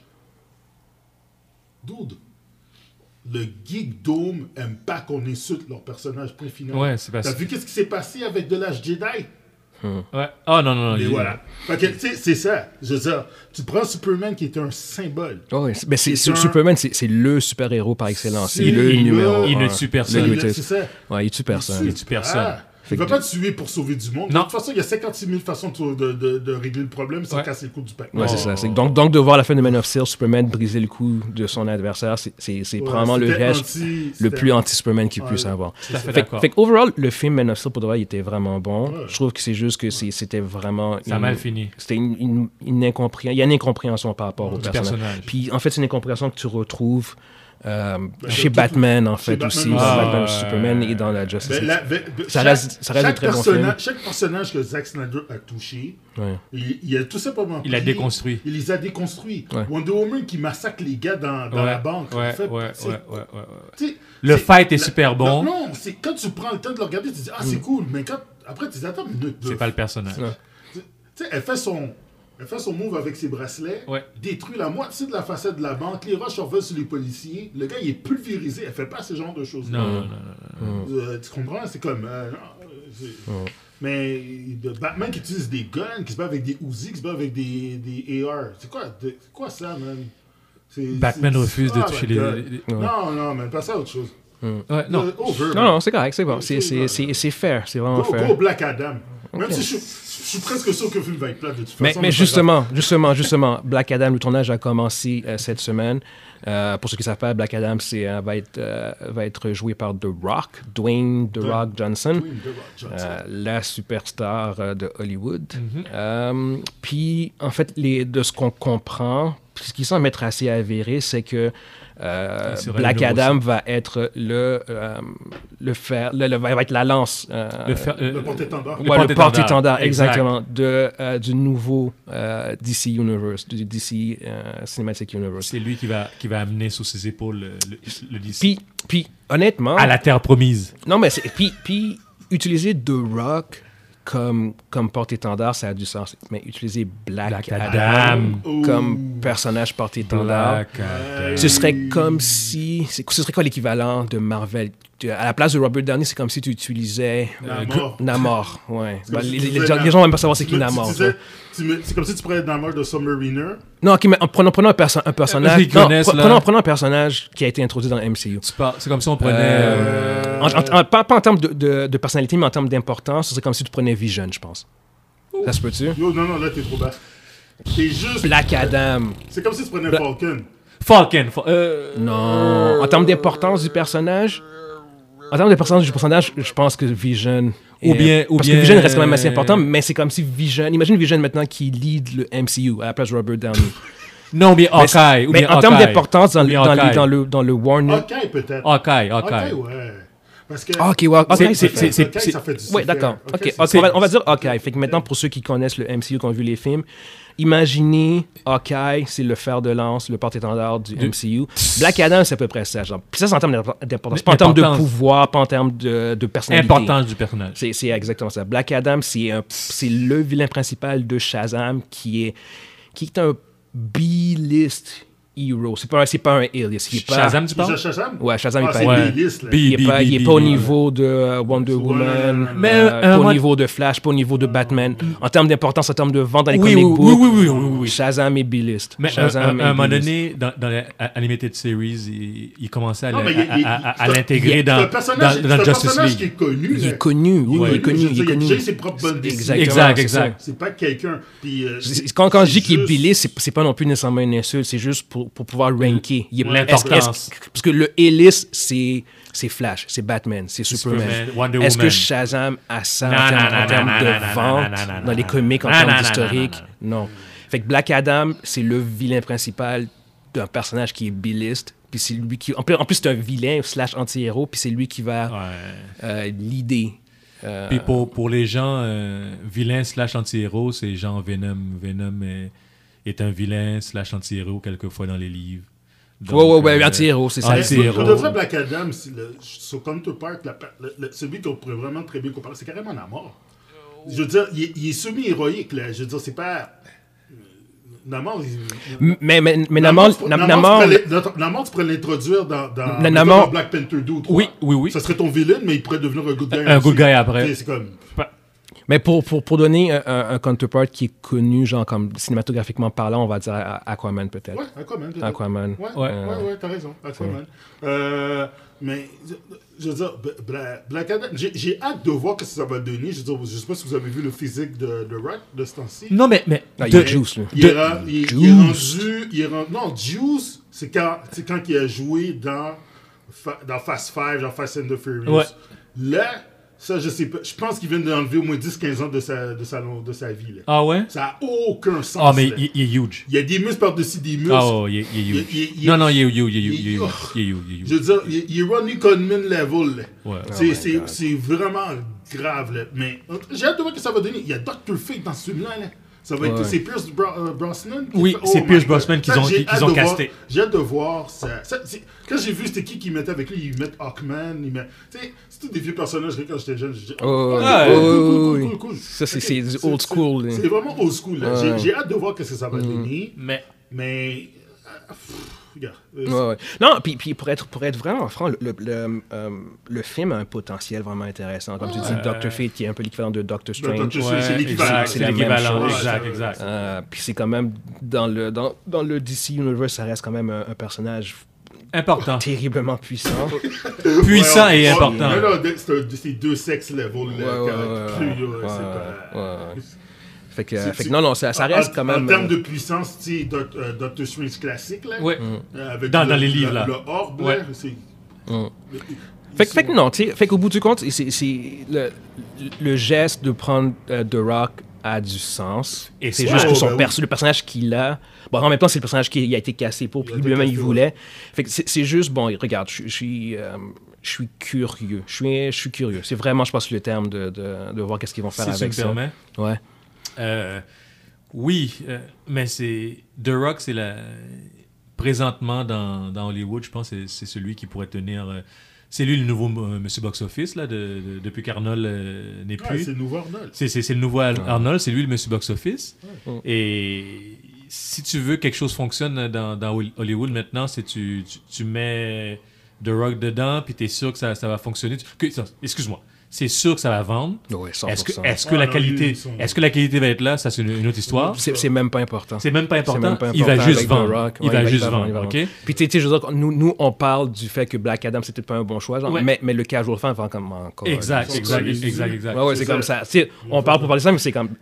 Dude, le Geekdom aime pas qu'on insulte leur personnage, point final. Ouais, c'est parce... T'as vu qu'est-ce qui s'est passé avec The Last Jedi? Ouais. Oh non. Et voilà. Fait que, tu sais, c'est ça. Je veux dire, tu prends Superman qui est un symbole. Oh, oui. Mais Superman, c'est le super-héros par excellence. C'est le numéro. Il ne tue personne. C'est ça. Ouais, il tue personne. Il tue personne. Il ne va pas te tuer pour sauver du monde. Non. De toute façon, il y a 56 000 façons de régler le problème sans casser le cou du pack. Ouais, c'est ça. Donc, de voir la fin de Man of Steel, Superman briser le cou de son adversaire, c'est probablement le geste le plus anti-Superman qu'il puisse avoir. Fait que, overall, le film Man of Steel, pour de vrai, il était vraiment bon. Ouais. Je trouve que c'est juste que c'était vraiment... Ça a mal fini. C'était une incompréhension. Il y a une incompréhension par rapport au personnage. Puis, en fait, c'est une incompréhension que tu retrouves... chez Batman, en fait, aussi. Batman, Superman et dans la Justice League. Ça reste de très bons films. Chaque personnage que Zack Snyder a touché, il a tout simplement il a déconstruit. Il les a déconstruits. Ouais. Wonder Woman qui massacre les gars dans la banque. Le fight est super bon. Non, c'est quand tu prends le temps de le regarder, tu te dis, c'est cool, mais après, tu dis, attends une minute. C'est pas le personnage. Tu sais, elle fait son move avec ses bracelets, détruit la moitié de la façade de la banque, les roches survolent sur les policiers, le gars il est pulvérisé, elle fait pas ce genre de choses. Non. Tu comprends? C'est comme... Mais Batman qui utilise des guns, qui se bat avec des Uzi, qui se bat avec des AR, c'est quoi ça, man? Batman refuse de toucher les... Non, mais pas ça autre chose. Non, c'est correct, c'est bon. C'est fair, c'est vraiment fair. Go Black Adam. Même si je suis presque sûr que le film va être plat de toute façon. Mais justement, Black Adam, le tournage a commencé cette semaine. Pour ceux qui ne savent pas, Black Adam va être joué par Dwayne The Rock Johnson, la superstar de Hollywood. Puis, en fait, de ce qu'on comprend, ce qui semble être assez avéré, c'est que Black Adam va être va être la lance. Le porte-étendard. Le porte-étendard, exactement, du nouveau DC Universe, du DC Cinematic Universe. C'est lui qui va amener sous ses épaules le DC. Puis honnêtement... À la terre promise. Non, mais puis utiliser The Rock comme porte-étendard, ça a du sens. Mais utiliser Black Adam comme personnage porte-étendard, ce serait comme si... Ce serait quoi l'équivalent de Marvel? À la place de Robert Downey, c'est comme si tu utilisais Namor. Ouais. Les gens vont même pas savoir c'est qui Namor. C'est comme si tu prenais Namor de Submariner. Non, okay, mais prenons un personnage. Prenons un personnage qui a été introduit dans le MCU. C'est comme si on prenait. Pas en termes de personnalité, mais en termes d'importance, c'est comme si tu prenais Vision, je pense. Ça se peut-tu? Yo, non, là, t'es trop bas. T'es juste... Black Adam. C'est comme si tu prenais Falcon. Falcon. Non. En termes d'importance du personnage, je pense que Vision... Parce que Vision reste quand même assez important, mais c'est comme si Vision... Imagine Vision maintenant qui lead le MCU à la place de Robert Downey. Non, bien Hawkeye. Mais en termes d'importance dans le Warner... Hawkeye, peut-être. Hawkeye. Ouais. Parce que... Ok, ouais, Hawkeye, ça fait du ouais, d'accord. Hawkeye, Ok, on va dire Hawkeye. Fait que maintenant, pour ceux qui connaissent le MCU, qui ont vu les films, imaginez Hawkeye, c'est le fer de lance, le porte-étendard du MCU. Black Adam, c'est à peu près ça. Genre. Puis ça, c'est en termes d'importance. Pas en termes de pouvoir, pas en termes de personnalité. Importance du personnage. C'est exactement ça. Black Adam, c'est le vilain principal de Shazam qui est un B-list hero. C'est pas un A-list. Shazam, tu parles? Shazam? Ouais, Shazam, c'est B-list, là. il est pas au niveau de Wonder Woman, pas au niveau de Flash, pas au niveau de Batman. En termes d'importance, en termes de vente dans les comic books, oui. Shazam est B-list. Mais à un moment donné, dans l'Animated Series, il commençait à l'intégrer dans Justice League. Qui est connu. Il est connu, oui, il est connu. Il a déjà ses propres bonnes décisions. Exact. C'est pas quelqu'un... Quand je dis qu'il est B-list, c'est pas non plus nécessairement une insulte, c'est juste pour pouvoir ranker. L'importance. Parce que le A-list, c'est Flash, c'est Batman, c'est Superman. Wonder Est-ce Woman. que Shazam a ça en termes de vente dans les comics, en termes d'historique? Non. Fait que Black Adam, c'est le vilain principal d'un personnage qui est B-list. Puis c'est lui qui... En plus, c'est un vilain / anti-héros, puis c'est lui qui va leader. Puis pour les gens vilains / anti-héros, c'est genre Venom. Venom est un vilain / anti-héros quelquefois dans les livres. Donc, ouais, anti-héros, c'est ça. Pour de vrai, Black Adam, son counterpart, celui qu'on pourrait vraiment très bien comparer, c'est carrément Namor. Je veux dire, il est semi-héroïque, là. Je veux dire, c'est pas... Namor... Mais Namor, tu pourrais l'introduire dans Black Panther 2 ou 3. Oui. Ça serait ton villain, mais il pourrait devenir un good guy. Un good guy après. C'est comme... Mais pour donner un counterpart qui est connu, genre comme cinématographiquement parlant, on va dire Aquaman peut-être. Ouais, Aquaman. Ouais, t'as raison. Aquaman. Mais, je veux dire, Black Adam, j'ai hâte de voir ce que ça va donner. Je veux dire, je sais pas si vous avez vu le physique de Rock de ce temps-ci. Non, mais il est Juice, là. Il est rendu... Non, Juice, c'est quand il a joué dans Fast 5, genre Fast and the Furious. Ouais. Là... Ça, je sais pas. Je pense qu'il vient d'enlever au moins 10-15 ans de sa vie. Là. Ah ouais? Ça n'a aucun sens. Ah, mais là. il est huge. Il y a des muscles par-dessus des muscles. Ah, il est huge. Non, il est huge. Je veux dire, il est Ronnie Coleman level. Là. Ouais. C'est vraiment grave. Là. Mais j'ai hâte de voir ce que ça va donner. Il y a Dr. Fate dans ce film-là. Là. Ça va être... C'est Pierce Brosnan? Oui, c'est Pierce Brosnan qu'ils ont casté. J'ai hâte de voir ça. Quand j'ai vu c'était qui mettait avec lui, ils mettent Hawkman, tu sais, c'est tous des vieux personnages. Quand j'étais jeune, je dis cool. Ça, c'est du old school. C'est vraiment old school. Là. J'ai hâte de voir ce que ça va donner. Mais regarde. Non, puis pour être vraiment franc, le film a un potentiel vraiment intéressant. Comme tu dis, Dr. Fate, qui est un peu l'équivalent de Doctor Strange. C'est l'équivalent. C'est la même chose. Exact. Puis c'est quand même, dans le DC Universe, ça reste quand même un personnage important. Terriblement puissant. Puissant et important. C'est deux sexes level. Fait que non, ça reste quand même... En termes de puissance, tu sais, Doctor Strange classique, là. Ouais. Avec dans les livres, là. Le orbe, là. C'est... Fait que non, tu sais, fait qu'au bout du compte, c'est le geste de prendre The Rock a du sens. Et c'est juste que le personnage qu'il a... Bon, en même temps, c'est le personnage qui a été cassé pour, puis lui-même, il voulait. Fait que c'est juste, bon, regarde, je suis curieux. Je suis curieux. C'est vraiment, je pense, le terme de voir qu'est-ce qu'ils vont faire avec ça. Si tu me permets. Ouais. Oui, mais c'est... The Rock, c'est présentement dans Hollywood, je pense que c'est celui qui pourrait tenir... c'est lui le nouveau Monsieur Box-Office, là, depuis qu'Arnold n'est plus. C'est le nouveau Arnold. C'est le nouveau Arnold, c'est lui le Monsieur Box-Office. Ouais. Et si tu veux que quelque chose fonctionne dans Hollywood maintenant, c'est tu mets The Rock dedans, puis tu es sûr que ça va fonctionner. Excuse-moi. C'est sûr que ça va vendre. Oui, 100%. Est-ce que la qualité va être là? Ça, c'est une autre histoire. C'est même pas important. C'est même pas important. Il va juste vendre. Il va juste vendre. OK? Puis, tu sais, je veux dire, nous, on parle du fait que Black Adam, c'était pas un bon choix, genre, mais le casual fan va comme encore. Exact. Ouais, c'est comme ça. On parle pour parler de ça, mais c'est comme...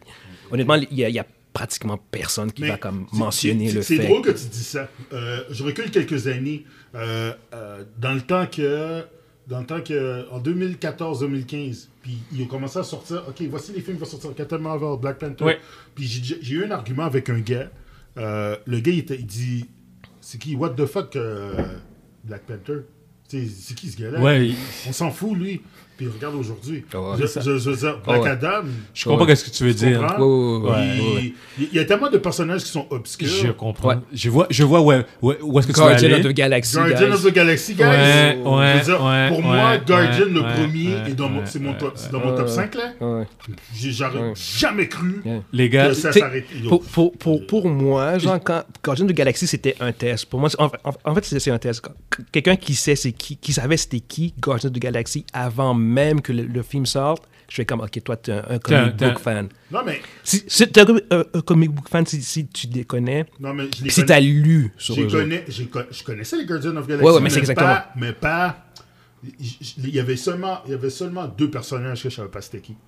honnêtement, il y a pratiquement personne qui va comme mentionner le fait. C'est drôle que tu dis ça. Je recule quelques années. Dans le temps que en 2014-2015, puis ils ont commencé à sortir, OK, voici les films qui vont sortir, Captain Marvel, Black Panther. Ouais. Puis j'ai eu un argument avec un gars. Le gars, il dit, c'est qui, what the fuck, Black Panther? C'est qui ce gars-là? Ouais, On s'en fout, lui. Puis regarde aujourd'hui. Ouais, Je veux dire, Black Adam. Je comprends ce que tu veux tu dire. comprends? Ouais. Il y a tellement de personnages qui sont obscurs. Je comprends. Ouais. Je vois où est-ce que tu veux Guardian aller. of the Galaxy, Guardian guys. of the Galaxy, guys. Ouais, Je veux dire, ouais, pour ouais, moi, Guardian, ouais, le ouais, premier, ouais, est dans mon, ouais, c'est mon top, ouais, dans mon top 5, là. Ouais. J'aurais jamais cru Les gars, que ça T'sais, s'arrête. Pour moi, genre, quand Guardian of the Galaxy, c'était un test. Pour moi, en fait, c'est un test. Quelqu'un qui sait qui savait c'était qui Guardian of the Galaxy avant même que le film sorte, je fais comme, OK, toi, t'es un comic book fan. Non, mais, Si t'es un comic book fan, si tu les connais, non, mais je les puis si t'as lu sur eux autres. je connaissais les Guardians of the Galaxy. Ouais, mais c'est exactement. Mais pas. Il y avait seulement 2 personnages que je savais pas c'était qui.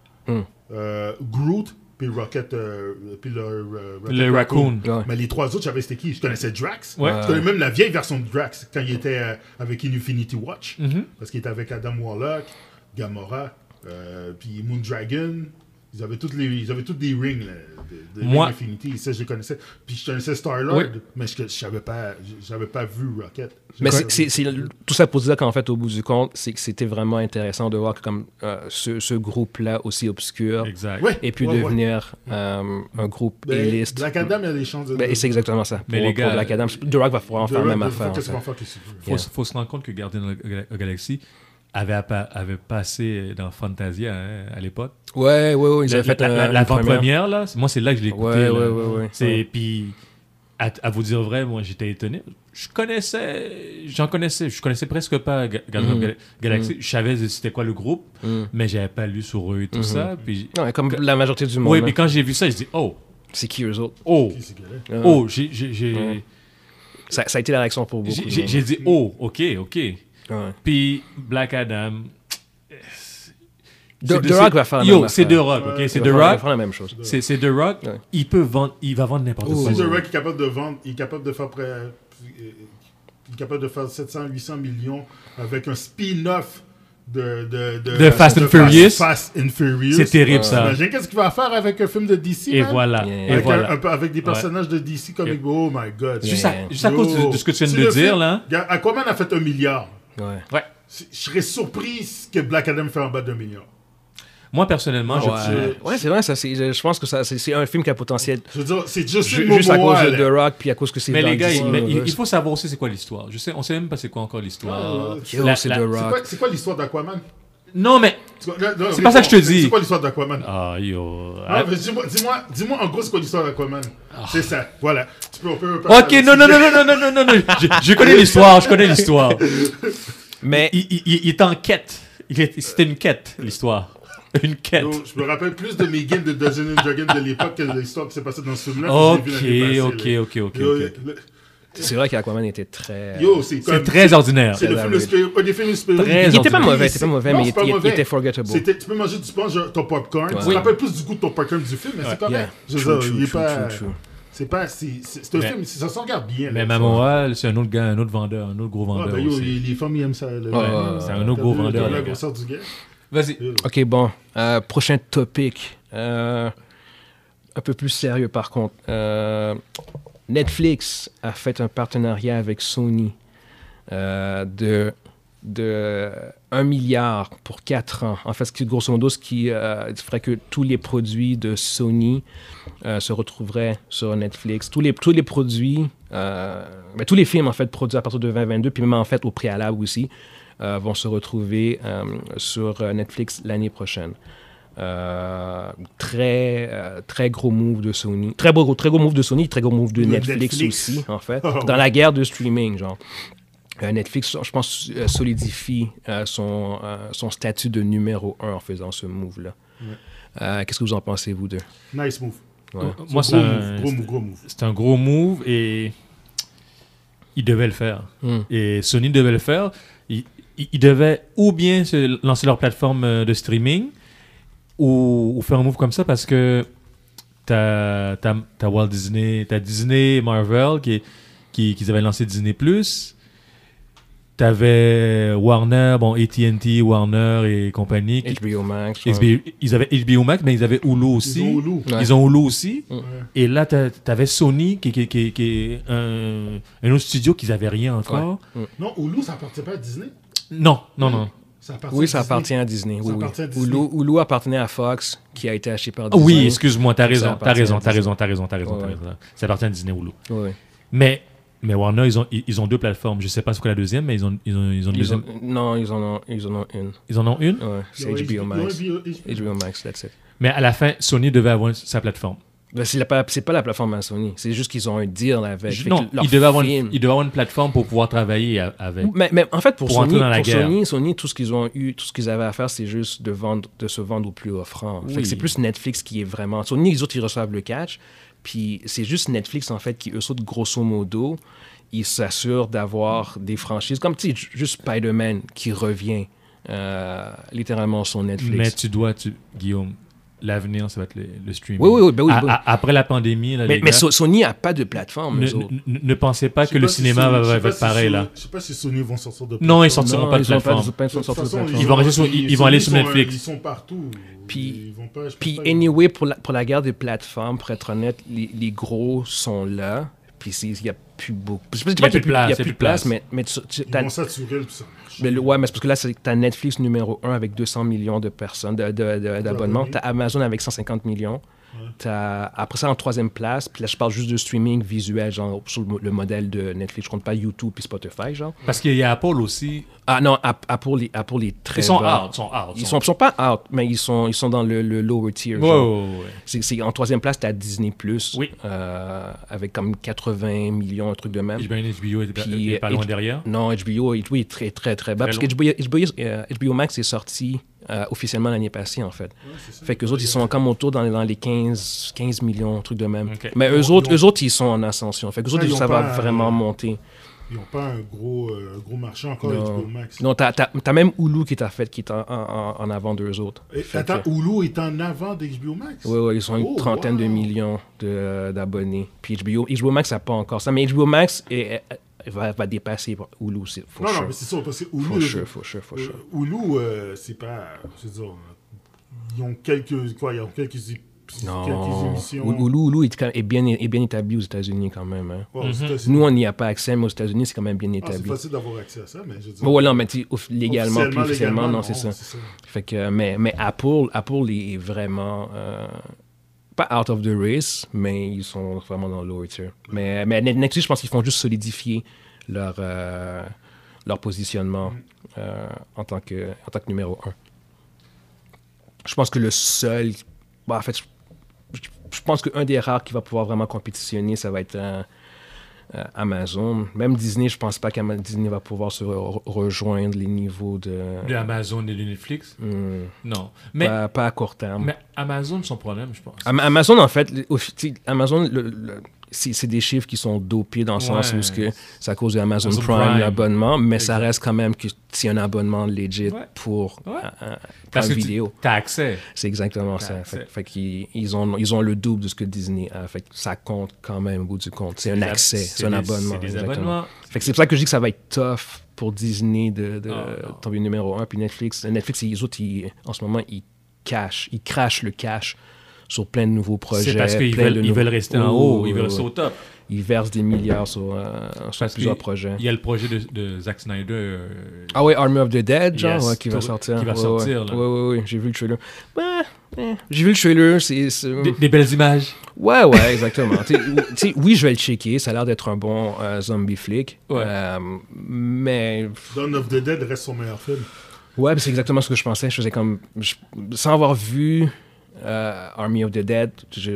Groot, puis Rocket, puis le Raccoon. Ouais. Mais les 3 autres, je savais c'était qui. Je connaissais Drax. Ouais. Je connais même la vieille version de Drax, quand il était avec Infinity Watch. Parce qu'il était avec Adam Warlock, Gamora, puis Moondragon. Ils avaient tous des rings, là, de Moi- Ring Infinity. Ça, je les connaissais. Puis je connaissais Star-Lord, Oui. mais je n'avais pas vu Rocket. Mais c'est tout ça pour dire qu'en fait, au bout du compte, c'est que c'était vraiment intéressant de voir que comme ce groupe-là aussi obscur Exact. Ouais, ait pu ouais, ouais. devenir un groupe Ben, éliste. Black Adam, il y a des chances de. Ben, et c'est exactement ça. Mais pour, les gars, pour Black Adam, The Rock va pouvoir en faire la même affaire. en Qu'est-ce fait. qu'on va faire qu'est-ce qu'il veut? Faut se rendre compte que Guardian of the Galaxy avait passé dans Fantasia à l'époque. Ouais, ils avaient fait la première là, moi c'est là que je l'ai écouté. Ouais, là. ouais. C'est puis à vous dire vrai, moi j'étais étonné. Je connaissais presque pas Guardian of the Galaxy. Je savais c'était quoi le groupe, mais j'avais pas lu sur eux et tout ça. Puis Non, comme la majorité du monde. oui, hein. puis quand j'ai vu ça, je dis C'est qui eux autres? Qui c'est gars-là? j'ai Ça a été la réaction pour beaucoup. j'ai dit ok. Ouais. Puis Black Adam. The Rock va faire la même affaire. C'est The Rock, ok? C'est Il The va Rock. faire la même chose. C'est The Rock. Ouais. Il va vendre n'importe Oh. quoi. Si The Rock est capable de vendre, il est capable de faire il est capable de faire 700-800 millions avec un spin-off de Fast and Furious. Fast and Furious. C'est terrible ça. Imagine qu'est-ce qu'il va faire avec un film de DC, Et man? voilà. Yeah. Et Avec, voilà. avec des personnages de DC comic book. Oh my god. Juste à cause de ce que tu viens de le me dire film- là. Regarde, Aquaman a fait 1 milliard. Ouais. Ouais. Je serais surpris que Black Adam fait en bas d'1 milliard. Moi personnellement, Ouais, c'est vrai, ça. Je pense que c'est un film qui a potentiel. Je veux dire, c'est juste Juste à cause de The Rock, puis à cause que c'est. mais dans les gars, DC, il faut savoir aussi c'est quoi l'histoire. On sait même pas c'est quoi encore l'histoire. Yo, c'est The Rock. C'est quoi l'histoire d'Aquaman? Non mais C'est pas ça que je te dis. C'est quoi l'histoire d'Aquaman? ah yo. Ah, mais dis-moi en gros c'est quoi l'histoire d'Aquaman. C'est ça, voilà. On peut Ok, non. Je connais l'histoire, Mais Il est en quête. C'était une quête, l'histoire. Une quête. Yo, je me rappelle plus de mes games de Dungeons and Dragons de l'époque que l'histoire qui s'est passée dans ce film-là. que j'ai vu l'année passée, là. Ok. Yo, c'est vrai qu'Aquaman était très. c'est C'est comme- très ordinaire. C'est le film un des films Très Il était pas ordinaire. mauvais, c'était pas mauvais, Non, mais c'est pas il mauvais. était forgettable. Tu peux manger du pain, ton popcorn. Tu te Ouais. rappelles plus du goût de ton popcorn du film, mais c'est correct. Yeah. Je veux True, dire, true, il est true, pas. true, true. C'est pas. C'est un Mais- film, ça se regarde bien. Mais là, Mamora, c'est un autre gars, un autre vendeur, un autre gros Ah, vendeur ben, yo, aussi. les femmes, ils aiment ça. là. Ouais, c'est un autre gros T'as vu, vendeur, la le gars. grosseur du gars. Vas-y. Ok, bon. Prochain topic. Un peu plus sérieux, par contre. Netflix a fait un partenariat avec Sony de 1 milliard pour 4 ans. En fait, grosso modo, ce qui ferait que tous les produits de Sony se retrouveraient sur Netflix. Tous les produits, mais tous les films, en fait, produits à partir de 2022, puis même, en fait, au préalable aussi, vont se retrouver sur Netflix l'année prochaine. Très gros move de Sony. Très gros move de Sony, très gros move de Netflix aussi, en fait. Dans la guerre de streaming, genre. Netflix, je pense, solidifie son statut de numéro 1 en faisant ce move-là. Ouais. Qu'est-ce que vous en pensez, vous deux? Nice move. Ouais. Moi, Gros move. c'est un gros move et ils devaient le faire. Et Sony devait le faire. Ils devaient ou bien se lancer leur plateforme de streaming ou faire un move comme ça parce que t'as Walt Disney, t'as Disney Marvel qui avaient lancé Disney+. T'avais Warner, bon, AT&T, Warner et compagnie. HBO Max. Ils avaient HBO Max, mais ils avaient Hulu aussi. Ils ont Hulu aussi. Ouais. Et là, t'avais Sony, qui est un autre studio qu'ils n'avaient rien encore. Ouais. Non, Hulu, ça appartient pas à Disney. Non. Ça appartient Oui, à ça Disney. appartient à Disney. Ça Oui, appartient à oui. Disney. Hulu appartenait à Fox, qui a été acheté par Disney. Oui, excuse-moi, t'as Ça raison. appartient à Disney. T'as raison. Ça appartient à Disney Hulu. Oui. Mais Warner, ils ont deux plateformes. Je sais pas c'est quoi la deuxième, mais ils ont une deuxième. Non, ils en ont une. Ils en ont une? Ouais, c'est HBO Max. HBO Max, that's it. Mais à la fin, Sony devait avoir sa plateforme. Ben, c'est pas la plateforme à Sony. C'est juste qu'ils ont un deal avec. Non, ils devaient avoir une plateforme pour pouvoir travailler avec. Mais en fait, pour entrer dans la guerre. Sony, tout ce qu'ils avaient à faire, c'est juste de se vendre au plus offrant. Oui. Fait que c'est plus Netflix qui est vraiment. Sony, les autres, ils reçoivent le catch. Puis c'est juste Netflix, en fait, qui, eux autres, grosso modo, ils s'assurent d'avoir des franchises. Comme, tu sais, juste Spider-Man qui revient littéralement sur Netflix. Mais Guillaume, l'avenir, ça va être le streaming. Oui. Après la pandémie, là, les Mais gars, Sony n'a pas de plateforme, eux autres. ne pensez pas que le cinéma va être pareil, là. Je sais pas si Sony vont sortir de Non, ils plateforme. sortiront pas de plateforme. Ils vont rester sur- ils vont aller sur Netflix. Ils sont partout. Puis- Ils vont pas, je pense Puis, pas, anyway, pour la guerre des plateformes, pour être honnête, les gros sont là. Puis, il n'y a plus beaucoup. Je sais pas qu'il y a plus de place, mais ils vont saturer le ça marche. ouais, mais c'est parce que là, t'as Netflix numéro 1 avec 200 millions de personnes, d'abonnements. T'as Amazon avec 150 millions. Après ça, en troisième place, puis là, je parle juste de streaming visuel, genre sur le modèle de Netflix. Je compte pas YouTube puis Spotify, genre. Parce qu'il y a Apple aussi. Ah non, Apple les très Ils sont bas. out. Ils sont pas out, mais ils sont dans le lower tier. genre. C'est en troisième place, t'as Disney+, Oui. avec comme 80 millions, un truc de même. HBO est pas loin derrière. Non, HBO est très, très, très bas. Très Parce que HBO Max est sorti officiellement l'année passée, en fait. Ouais, c'est ça. Fait qu'eux autres, ils sont comme autour dans les 15 millions, un truc de même. Ok. Mais eux autres, ils sont en ascension. Fait qu'eux autres, ils ont ça va pas, vraiment monter. Ils n'ont pas un gros marché encore, Non. HBO Max. Non, t'as même Hulu qui est en avant d'eux autres. Et, Fait attends, que- Hulu est en avant d'HBO Max? Oui, ils ont une Oh, trentaine de wow. millions d'abonnés. Puis HBO Max n'a pas encore ça. Mais HBO Max va dépasser Hulu, c'est for Non, sure. non, mais c'est sûr, parce que For Hulu, sure. Hulu, c'est pas, je veux dire, ils ont quelques Non, émissions. Hulu est bien établi aux États-Unis quand même. Hein. Ouais, aux États-Unis. Nous, on n'y a pas accès, mais aux États-unis, c'est quand même bien C'est établi. facile d'avoir accès à ça, mais je veux dire. Bon, ouais, non, mais légalement, puis officiellement, officiellement, non, c'est ça. c'est ça. Fait que, mais Apple est vraiment pas out of the race, mais ils sont vraiment dans le lower tier. Mais Netflix, je pense qu'ils font juste solidifier leur positionnement en tant que numéro 1. Je pense que le seul... Bon, en fait, je pense qu'un des rares qui va pouvoir vraiment compétitionner, ça va être Amazon. Même Disney, je pense pas que Disney va pouvoir se rejoindre les niveaux de Amazon et de Netflix. Non. Pas à court terme. Mais Amazon, son problème, je pense. Amazon, en fait, Amazon, c'est des chiffres qui sont dopés dans le sens où c'est à cause de Amazon Prime, l'abonnement, mais ça reste quand même que c'est un abonnement legit pour Parce Prime que Vidéo. T'as accès. C'est exactement ça. Fait qu'ils ont le double de ce que Disney a. Fait que ça compte quand même au bout du compte. C'est un accès, c'est un abonnement. C'est des abonnements. Fait que c'est pour ça que je dis que ça va être tough pour Disney de tomber numéro 1. Puis Netflix, les autres, en ce moment, ils crachent le cash sur plein de nouveaux projets. C'est parce qu'ils veulent rester en haut, ils veulent rester au top. Ils versent des milliards sur plusieurs projets. Il y a le projet de Zack Snyder. Ah ouais, Army of the Dead, genre, qui va sortir. Qui va sortir, là. Oui, j'ai vu le trailer. J'ai vu le trailer, c'est... Des belles images. Ouais, exactement. Oui, je vais le checker, ça a l'air d'être un bon zombie flick. Ouais. Mais... Dawn of the Dead reste son meilleur film. Ouais, c'est exactement ce que je pensais. Je faisais comme... sans avoir vu Army of the Dead,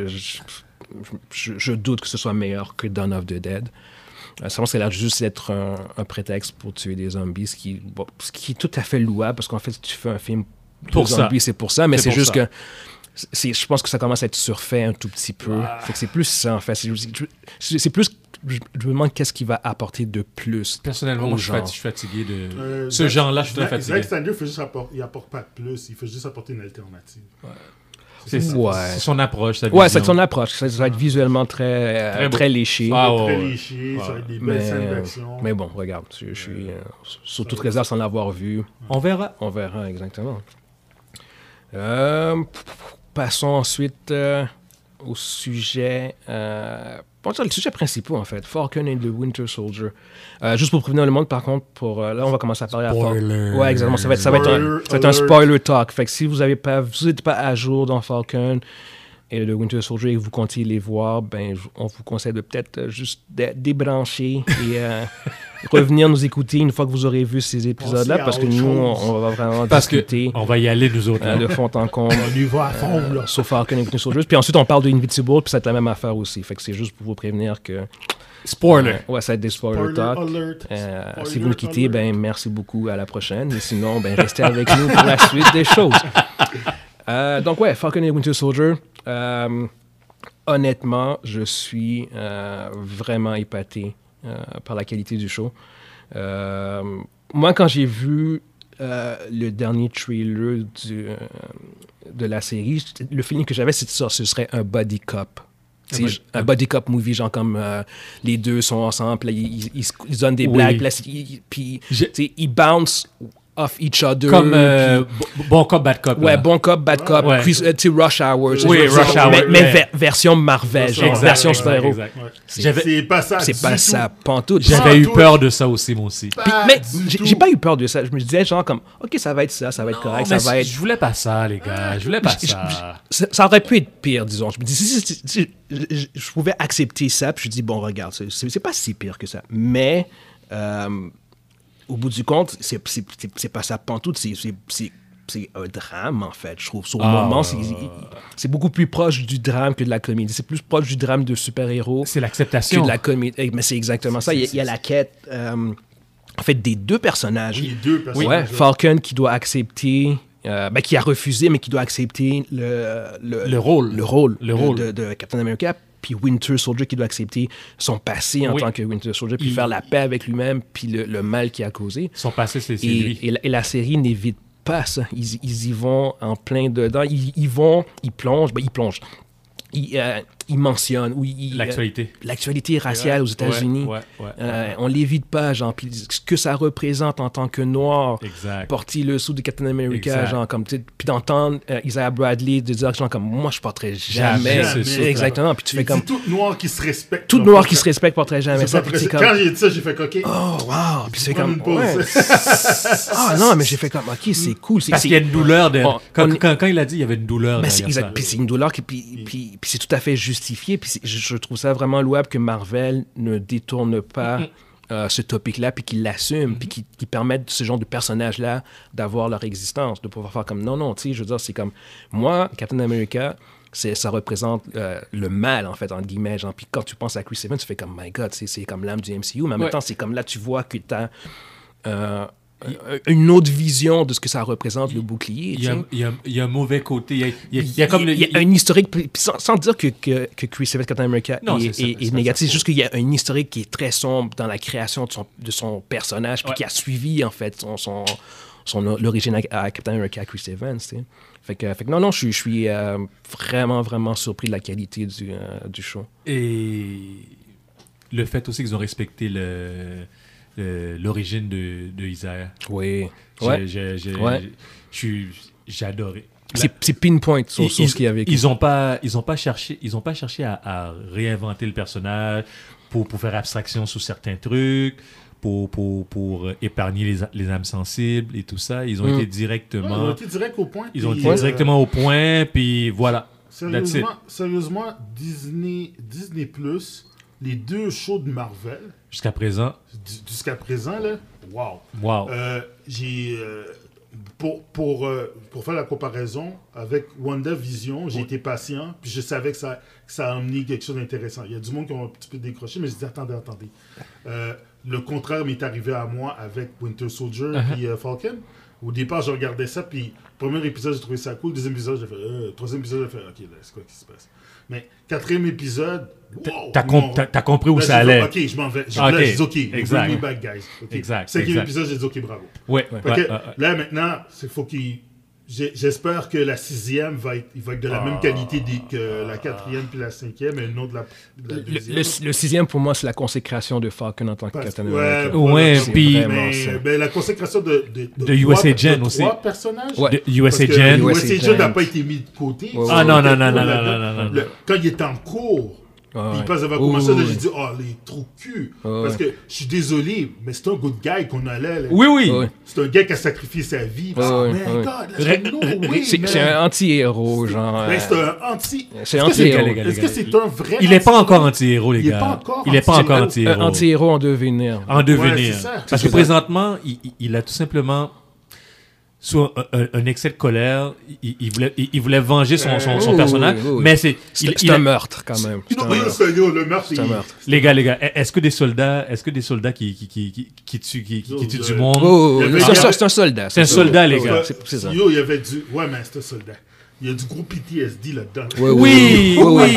je doute que ce soit meilleur que Dawn of the Dead. Ça pense qu'elle a l'air juste d'être un prétexte pour tuer des zombies, ce qui est tout à fait louable, parce qu'en fait, si tu fais un film pour zombies, c'est pour ça, mais c'est juste que je pense que ça commence à être surfait un tout petit peu. Fait que c'est plus ça, en fait. C'est plus... Je me demande qu'est-ce qu'il va apporter de plus. Personnellement, moi, je suis fatigué de... Ce genre-là, je suis très fatigué. Zack Snyder, il apporte pas de plus, il fait juste apporter une alternative. C'est Ouais. c'est son approche, sa Ouais, vision. c'est son approche. Ça va être visuellement très, beau. très léché. Ah, ouais, Très ouais. léché, ça va être des Mais, belles scènes d'action. mais bon, regarde, je suis sur toute réserve sans l'avoir vu. On verra. On verra exactement. Passons ensuite au sujet. Bon, le sujet principal, en fait. Falcon and the Winter Soldier. Juste pour prévenir le monde, par contre, là, on va commencer à parler à Spoiler. Ouais, exactement. Ça va être un spoiler talk. Fait que si vous n'êtes pas à jour dans Falcon et le Winter Soldier et que vous comptiez les voir, ben, on vous conseille de peut-être juste débrancher et revenir nous écouter une fois que vous aurez vu ces épisodes-là, Pensez à parce que autre nous, chose. on va vraiment Parce que discuter on va y aller, nous autres. de fond en comble On y va à fond, là. sur Falcon et Winter Soldier. Puis ensuite, on parle de Invincible, puis ça va être la même affaire aussi. Fait que c'est juste pour vous prévenir que... Spoiler. Ouais, ça va être des spoiler Spoiler talk. alert. Si Spoiler vous nous quittez, alert. ben merci beaucoup, à la prochaine. Et sinon, ben restez avec nous pour la suite des choses. Donc ouais, Falcon et Winter Soldier. Honnêtement, je suis vraiment épaté par la qualité du show. Moi, quand j'ai vu le dernier trailer de la série, le feeling que j'avais, c'est que ce serait un body cop. Un body cop movie, genre comme les deux sont ensemble, puis là, ils se donnent des blagues, puis ils bounce off each other. Comme puis- bon cop, bad cop. Ouais, là. bon cop, bad cop, Ouais. Rush Hour. Oui, Rush Hour, Mais ouais. version Marvel, genre Exact, version exact, super-héros. exact. Ouais. J'avais- C'est pas ça. C'est du pas tout. ça, pantoute. J'avais eu tout. peur de ça aussi, moi aussi. Puis- Pas mais du tout. j'ai pas eu peur de ça. Je me disais genre comme, ok, ça va être ça va être correct, ça Mais va être... Je voulais pas ça, les gars. Je voulais pas ça. Ça aurait pu être pire, disons. Je me dis, si je pouvais accepter ça, puis je dis, bon, regarde, c'est pas si pire que ça. Mais, au bout du compte, c'est pas ça pantoute, c'est un drame, en fait, je trouve. Sur le moment, c'est beaucoup plus proche du drame que de la comédie. C'est plus proche du drame de super-héros C'est que l'acceptation. de la comédie. Mais c'est exactement ça. Il y a la quête, en fait, des deux personnages. Les deux Ouais, personnages. Falcon qui doit accepter, qui a refusé, mais qui doit accepter le rôle. de Captain America, puis Winter Soldier qui doit accepter son passé en Oui. tant que Winter Soldier, puis faire la paix avec lui-même, puis le mal qu'il a causé. Son passé, c'est lui. Et la série n'évite pas ça. Ils y vont en plein dedans. Ils plongent. Ils mentionnent. L'actualité. L'actualité raciale aux États-Unis. Ouais. On l'évite pas, genre, puis ce que ça représente en tant que noir, Exact. porter le sou de Captain America, Exact. genre, comme, tu sais, puis d'entendre Isaiah Bradley de dire, genre, comme, moi, je porterai jamais. Jamais, c'est ça. Exactement, puis tu fais comme, Tout noir qui se respecte. tout noir qui se respecte porterait jamais ça, puis c'est comme, Quand j'ai dit ça, j'ai fait OK. oh, wow, puis c'est Prends comme, une pause. ouais. Ah non, mais j'ai fait comme, ok, c'est cool. Parce qu'il y a une douleur derrière. on- Quand il a dit, il y avait une douleur Mais derrière c'est ça. exact. Puis c'est une douleur puis c'est tout à fait justifié. Puis je trouve ça vraiment louable que Marvel ne détourne pas ce topic-là, puis qu'il l'assume, puis qu'il permette ce genre de personnages-là d'avoir leur existence, de pouvoir faire comme non, tu sais, je veux dire, c'est comme moi, Captain America, ça représente le mal, en fait, entre guillemets. Genre, puis quand tu penses à Chris Evans, tu fais comme my God, c'est comme l'âme du MCU, mais en même temps, c'est comme là, tu vois que tu as une autre vision de ce que ça représente, le bouclier. Il y a un mauvais côté. Il y a comme il y a un historique, puis sans dire que Chris Evans Captain America Non, est c'est négatif, c'est juste qu'il y a un historique qui est très sombre dans la création de son personnage, puis qui a suivi, en fait, l'origine à Captain America, Chris Evans. Tu sais. Fait que non, je suis vraiment, vraiment surpris de la qualité du show. Et le fait aussi qu'ils ont respecté l'origine de Isaiah. Oui. J'ai adoré. C'est pinpoint sur ce qu'il y avait. Ils ont pas cherché à réinventer le personnage pour faire abstraction sur certains trucs, pour épargner les âmes sensibles et tout ça. Ils ont été directement. Ils ont été direct au point. Ils ont puis, été directement au point, puis voilà. That's it. Sérieusement, Disney+, les deux shows de Marvel, Jusqu'à présent. jusqu'à présent, là, wow. Wow. J'ai pour faire la comparaison avec WandaVision, j'ai été patient, puis je savais que ça a amené quelque chose d'intéressant. Il y a du monde qui ont un petit peu décroché, mais je dis attendez. Le contraire m'est arrivé à moi avec Winter Soldier et Falcon. Au départ, je regardais ça, puis premier épisode, j'ai trouvé ça cool. Deuxième épisode, j'ai fait troisième épisode, j'ai fait ok, là, c'est quoi qui se passe? Mais quatrième épisode, wow, T'as compris où là, ça j'ai allait. Ok, je m'en vais. Ok, Là, j'ai dit ok, exact. bring me back, guys. Okay. Exact, Cinquième exact. épisode, j'ai dit ok, bravo. Ouais. Fait que, là, maintenant, il faut qu'ils j'espère que la 6e va être de la même qualité que la 4e puis la 5e, et non de la 2e. Le 6e, pour moi, c'est la consécration de Falcon en tant que Captain America. Ouais, puis la consécration de US Agent aussi. 3 personnages. Ouais. De US Agent. US Agent n'a pas été mis de côté. Ah non. Quand il était en cours, il passe avant commencer, j'ai dit, les trous cul. Parce que je suis désolé, mais c'est un good guy qu'on allait. Là. Oui. C'est un gars qui a sacrifié sa vie. C'est un anti-héros, genre. C'est un anti. C'est anti-héros. Est-ce que c'est un vrai Il n'est pas encore anti-héros, les gars. Il n'est pas encore anti-héros. Anti-héros en devenir. Parce que présentement, il a tout simplement... Sous un excès de colère, il voulait venger son personnage, mais c'est un meurtre quand même. Le meurtre, c'est un meurtre. Les gars, est-ce que des soldats qui tuent du monde? C'est un soldat. C'est un soldat, les gars. C'est ça. Il y avait du... Ouais, mais c'est un soldat. Il y a du gros PTSD là-dedans. Oui.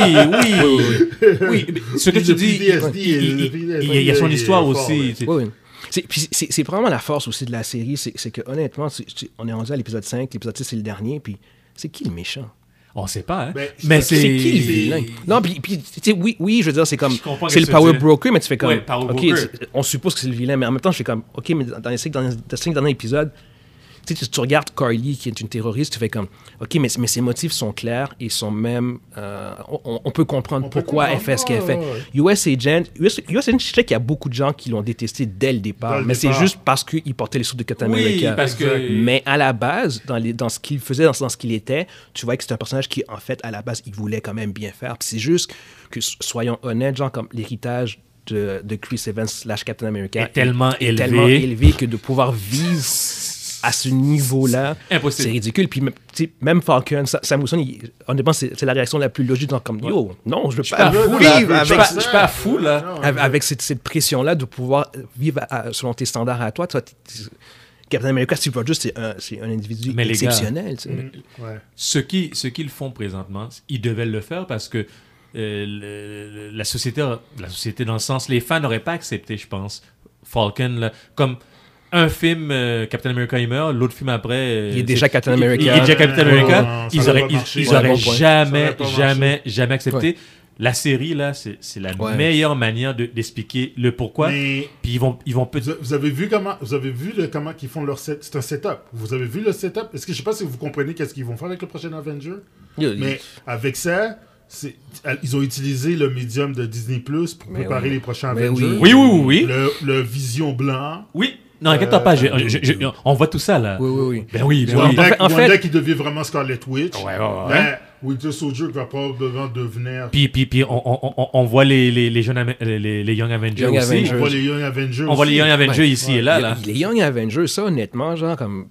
Ce que tu dis, il y a son histoire aussi. C'est vraiment la force aussi de la série, c'est que honnêtement, on est rendu à l'épisode 5, l'épisode 6 c'est le dernier, puis c'est qui le méchant? On sait pas, hein? Mais c'est qui le vilain? Non, puis oui, je veux dire, c'est comme, c'est le power broker, mais tu fais comme, ok, on suppose que c'est le vilain, mais en même temps, je fais comme, ok, mais dans les 5 derniers épisodes, tu regardes Carly, qui est une terroriste, tu fais comme, ok, mais ses motifs sont clairs et sont même, on peut comprendre pourquoi elle fait ce qu'elle fait. US Agent, je sais qu'il y a beaucoup de gens qui l'ont détesté dès le départ, mais c'est juste parce qu'il portait les sous de Captain America. Mais à la base, dans ce qu'il faisait, dans ce qu'il était, tu vois que c'est un personnage qui, en fait, à la base, il voulait quand même bien faire. Puis c'est juste que, soyons honnêtes, genre, comme l'héritage de Chris Evans / Captain America est tellement élevé que de pouvoir vivre à ce niveau-là, impossible. C'est ridicule. Puis même Falcon, Sam Wilson, honnêtement, c'est la réaction la plus logique. Comme, yo, non, je veux pas vivre avec cette pression-là de pouvoir vivre selon tes standards à toi. Captain America, Steve Rogers, c'est un individu exceptionnel. Ce qu'ils font présentement, ils devaient le faire parce que la société dans le sens, les fans n'auraient pas accepté, je pense, Falcon, là, comme... Un film, Captain America, il meurt. L'autre film après... il est déjà Captain America. Il est déjà Captain America. Ils auraient jamais accepté. La série, là, c'est la meilleure manière d'expliquer le pourquoi. Puis ils vont peut-être... Vous avez vu comment ils font leur set? C'est un setup. Vous avez vu le setup? Est-ce que je sais pas si vous comprenez qu'est-ce qu'ils vont faire avec le prochain Avenger? Mais avec ça... ils ont utilisé le médium de Disney Plus pour préparer les prochains Avengers. Oui. Le Vision blanc. Oui. Non, inquiète-toi pas, on voit tout ça, là. Oui. Ben oui. Wanda qui devient vraiment Scarlet Witch. Ouais. Winter Soldier qui va probablement devenir... Puis on voit les Young Avengers aussi. On voit les Young Avengers On voit les Young Avengers ici et là. Les Young Avengers, ça, honnêtement, genre, comme...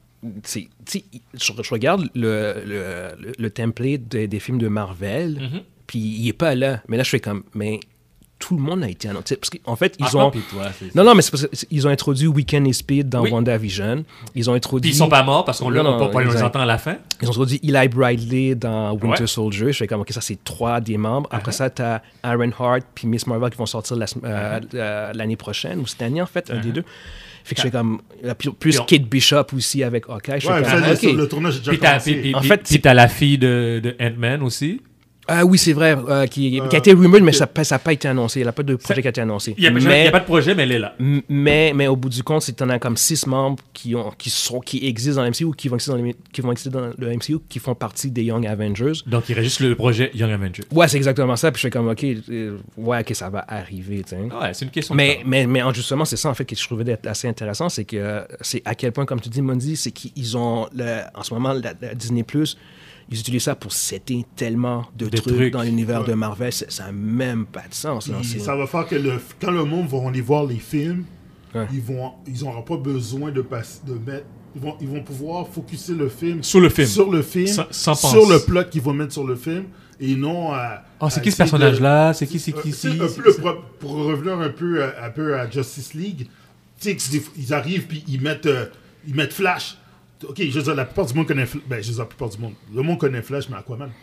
Je regarde le template des films de Marvel, puis il est pas là. Mais là, je fais comme... Mais tout le monde a été annoncé. Parce qu'en fait, ils ont... Non, mais c'est parce qu'ils ont introduit Wiccan et Speed dans WandaVision. Ils ont introduit... Puis ils sont pas morts parce qu'on les entend à la fin. Ils ont introduit Eli Bradley dans Winter Soldier. Je fais comme, OK, ça, c'est 3 des membres. Après ça, t'as Iron Heart puis Miss Marvel qui vont sortir l'année prochaine, ou cette année, en fait, un des deux. Fait que je fais comme... Plus Kate Bishop aussi avec Hawkeye. Le tournage est déjà commencé. En fait, puis t'as la fille de Ant-Man aussi. Ah oui, c'est vrai, qui a été rumeur, mais ça n'a pas été annoncé. Il n'y a pas de projet qui a été annoncé. Il n'y a pas de projet, mais elle est là. Mais au bout du compte, c'est que tu en as comme 6 membres qui existent dans le MCU ou qui vont exister dans le MCU, qui font partie des Young Avengers. Donc, il reste juste le projet Young Avengers. Ouais, c'est exactement ça. Puis je fais comme, OK, ça va arriver. Ouais, c'est une question mais justement, c'est ça, en fait, que je trouvais d'être assez intéressant, c'est que c'est à quel point, comme tu dis, Mondi, c'est qu'ils ont, en ce moment, la Disney+, ils utilisent ça pour setter tellement de trucs dans l'univers de Marvel. Ça n'a même pas de sens. Là, ça va faire que quand le monde va aller voir les films, ils n'auront pas besoin de mettre... Ils vont pouvoir focuser le film sur le film, sans sur le plot qu'ils vont mettre sur le film, et non à... c'est qui ce personnage-là? C'est qui pour revenir un peu à Justice League, ils arrivent puis ils mettent Flash. OK, je veux dire, la plupart du monde connaît... Ben, je veux dire, la plupart du monde. Le monde connaît Flash, mais Aquaman.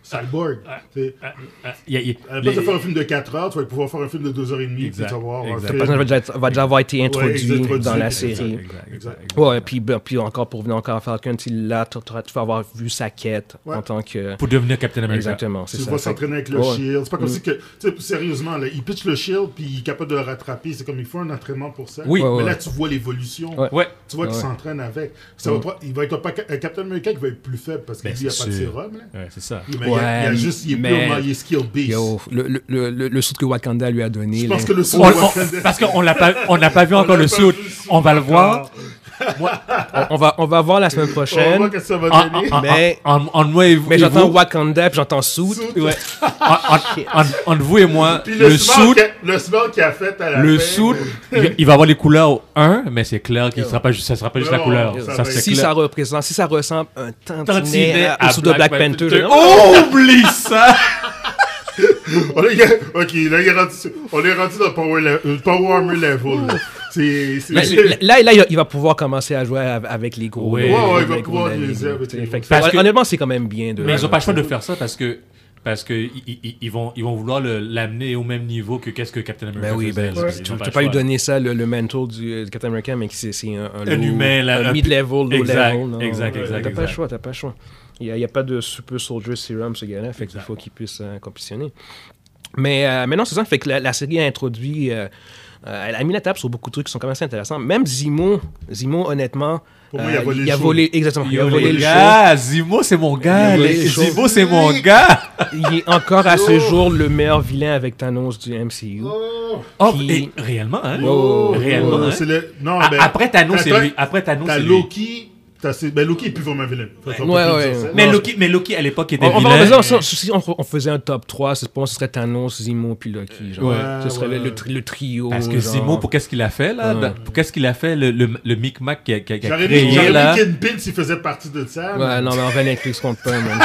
Cyborg. Il y a- À la place de faire un film de 4 heures, tu vas pouvoir faire un film de 2 heures et demie. Puis tu Exact, vas avoir un exact. Le film. personnage va déjà avoir été introduit introduit, dans la exact, série. Exact. Ouais, puis encore pour venir encore à Falcon, là, tu vas avoir vu sa quête Ouais. en tant que... Pour devenir Captain America. Exactement, c'est Tu ça. vas Fait s'entraîner avec le ouais. shield. C'est pas comme si que. Tu sais, sérieusement, là, il pitch le shield puis il est capable de le rattraper. C'est comme il faut un entraînement pour ça. Oui. Mais Ouais, là, ouais. tu vois l'évolution. Ouais. Ouais. Tu vois qu'il Ouais. s'entraîne avec. Ça va pas, il va être un Captain America qui va être plus faible parce qu'il Ben, n'y a c'est pas de sûr. sérum. Là. Ouais, c'est ça. Mais il y a juste, il est mais- purement, il est skill based. Yo, le suit que Wakanda lui a donné... Je là, pense que le saut Parce qu'on n'a pas vu encore le suit. On va le voir. on va voir la semaine On prochaine, voit que ça va En, donner. mais- en moi et vous. mais et j'entends vous, Wakanda puis j'entends Suit. Ouais. Entre vous et moi, Puis le suit. le smell qu'il a fait à la Le fin. suit, il va avoir les couleurs 1, mais c'est clair qu'il sera pas juste, ça sera pas juste la Non, couleur. ça Ça, va c'est Si clair. ça ressemble un tantinet Tantinet au sous de Black Panther, je- Oh, oublie ça! Ok, là, on est rendu dans le Power Armor level. Là. Là, il va pouvoir commencer à jouer avec les gros. Ouais, les ouais, gros il va gros pouvoir de la les ligue, avec tu sais. les Fait que- Parce que- honnêtement, c'est quand même bien. Mais ils n'ont pas le choix de faire ça parce que ils vont vouloir l'amener au même niveau que qu'est-ce que Captain America Ben oui, faisait. ben, Ils tu ont peux le pas lui choix. donner ça, le mantle du Captain America, mais c'est un humain, là, un un mid-level, low exact, level. Non, exact, exact, T'as pas le exact. choix, t'as pas le choix. Il n'y a pas de super soldier serum, ce gars-là, fait qu'il faut qu'il puisse compétitionner. Mais non, c'est ça, fait que la série a introduit... elle a mis la table sur beaucoup de trucs qui sont quand même assez intéressants. Même Zemo, honnêtement, Pour moi, il a volé le show. exactement, il a Yo, volé les le show. gars, Zemo, c'est mon gars. Il a volé le show. Zemo, c'est mon gars. Il est encore à ce jour le meilleur vilain avec Thanos du MCU. Oh, Puis- et réellement, hein? Oh, réellement, hein? c'est le... Non, A- ben, Après Thanos, c'est t'as- lui. Après Thanos, T'as c'est lui. Loki. Ben, Loki est plus vraiment vilain. Faut Ouais, pas ouais. dire ça. Mais Non, Loki, à l'époque, était On vilain. si on faisait un top 3, pour moi, ce serait Thanos, Zemo, puis Loki. Genre. Ouais. Ce serait Ouais. le trio. Parce que genre. Zemo, pour qu'est-ce qu'il a fait, là? Ouais. Pour qu'est-ce qu'il a fait, le micmac qu'il a J'aurais créé, mis là? Kingpin s'il faisait partie de ça. Ouais, non, mais en vrai, Netflix compte pas, man.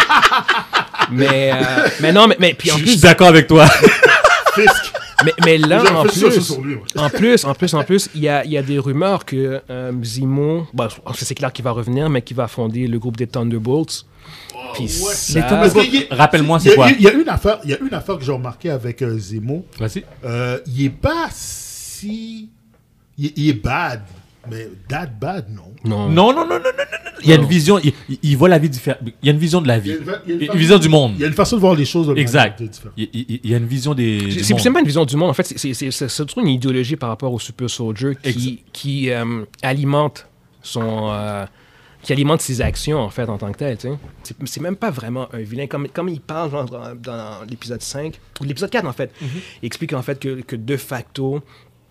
mais non, mais puis en Je suis plus, d'accord avec toi. Fisk. mais là, J'aurais en fait ça plus, sur lui, ouais. en plus, il y a des rumeurs que Zemo, bon, c'est clair qu'il va revenir, mais qu'il va fonder le groupe des Thunderbolts. Puis Ouais. ça- Parce qu'il y a- Rappelle-moi, il y a- c'est quoi? Il y a une affaire que j'ai remarqué avec Zemo. Vas-y. Il est pas si... Il est bad. Mais that bad, non. non. Non. Il y a une vision, il voit la vie différente. Il y a une vision de la vie. Il y a Une vision du monde. Il y a une façon de voir les choses de Exact. manière différente. Il y a une vision du C'est monde. même pas une vision du monde. En fait, c'est surtout une idéologie par rapport au Super Soldier qui alimente qui alimente ses actions, en fait, en tant que tel. Tu sais. C'est même pas vraiment un vilain. Comme il parle genre, dans l'épisode 5, ou l'épisode 4, en fait, il explique en fait que de facto,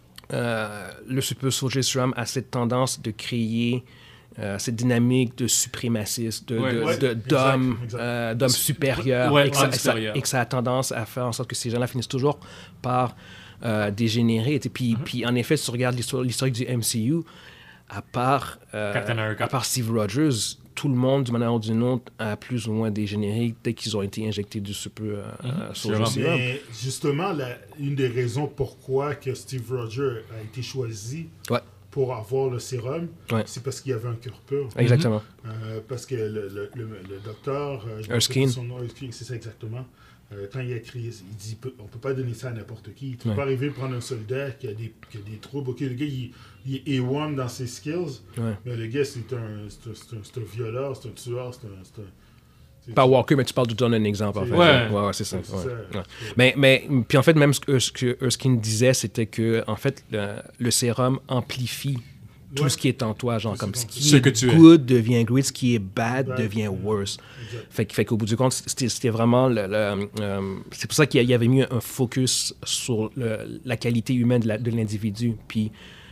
le Super Soldier Serum a cette tendance de créer cette dynamique de suprémacisme, d'hommes exact. supérieurs, Ouais, et que hommes supérieurs. et que ça a tendance à faire en sorte que ces gens-là finissent toujours par dégénérer. Puis en effet, si tu regardes l'historique du MCU, à part Steve Rogers, tout le monde, d'une manière ou d'une autre, a plus ou moins dégénéré dès qu'ils ont été injectés du Super Soldier Serum. Mais justement, une des raisons pourquoi que Steve Rogers a été choisi Ouais. pour avoir le sérum, Ouais. c'est parce qu'il y avait un cœur pur. Exactement. Parce que le docteur... je me Erskine. rappelle son nom, Erskine, c'est ça exactement. Quand il a écrit, il dit on peut pas donner ça à n'importe qui. Tu peux pas arriver à prendre un soldat qui a des troubles. Ok, le gars, il est A1 dans ses skills, Ouais. mais le gars, c'est un violeur, c'est un tueur, c'est Pas Walker, mais tu parles de donner un exemple, en fait. Ouais. C'est ça. C'est ouais. ça. Ouais. Mais puis en fait, même ce que Erskine disait, c'était que, en fait, le sérum amplifie tout Ouais. ce qui est en toi, genre comme Ce ce qui Ce est que tu es. good devient great, ce qui est bad Bad. devient worse. Exact. Fait qu'au bout du compte, c'était vraiment c'est pour ça qu'il y avait mis un focus sur la qualité humaine de l'individu. Puis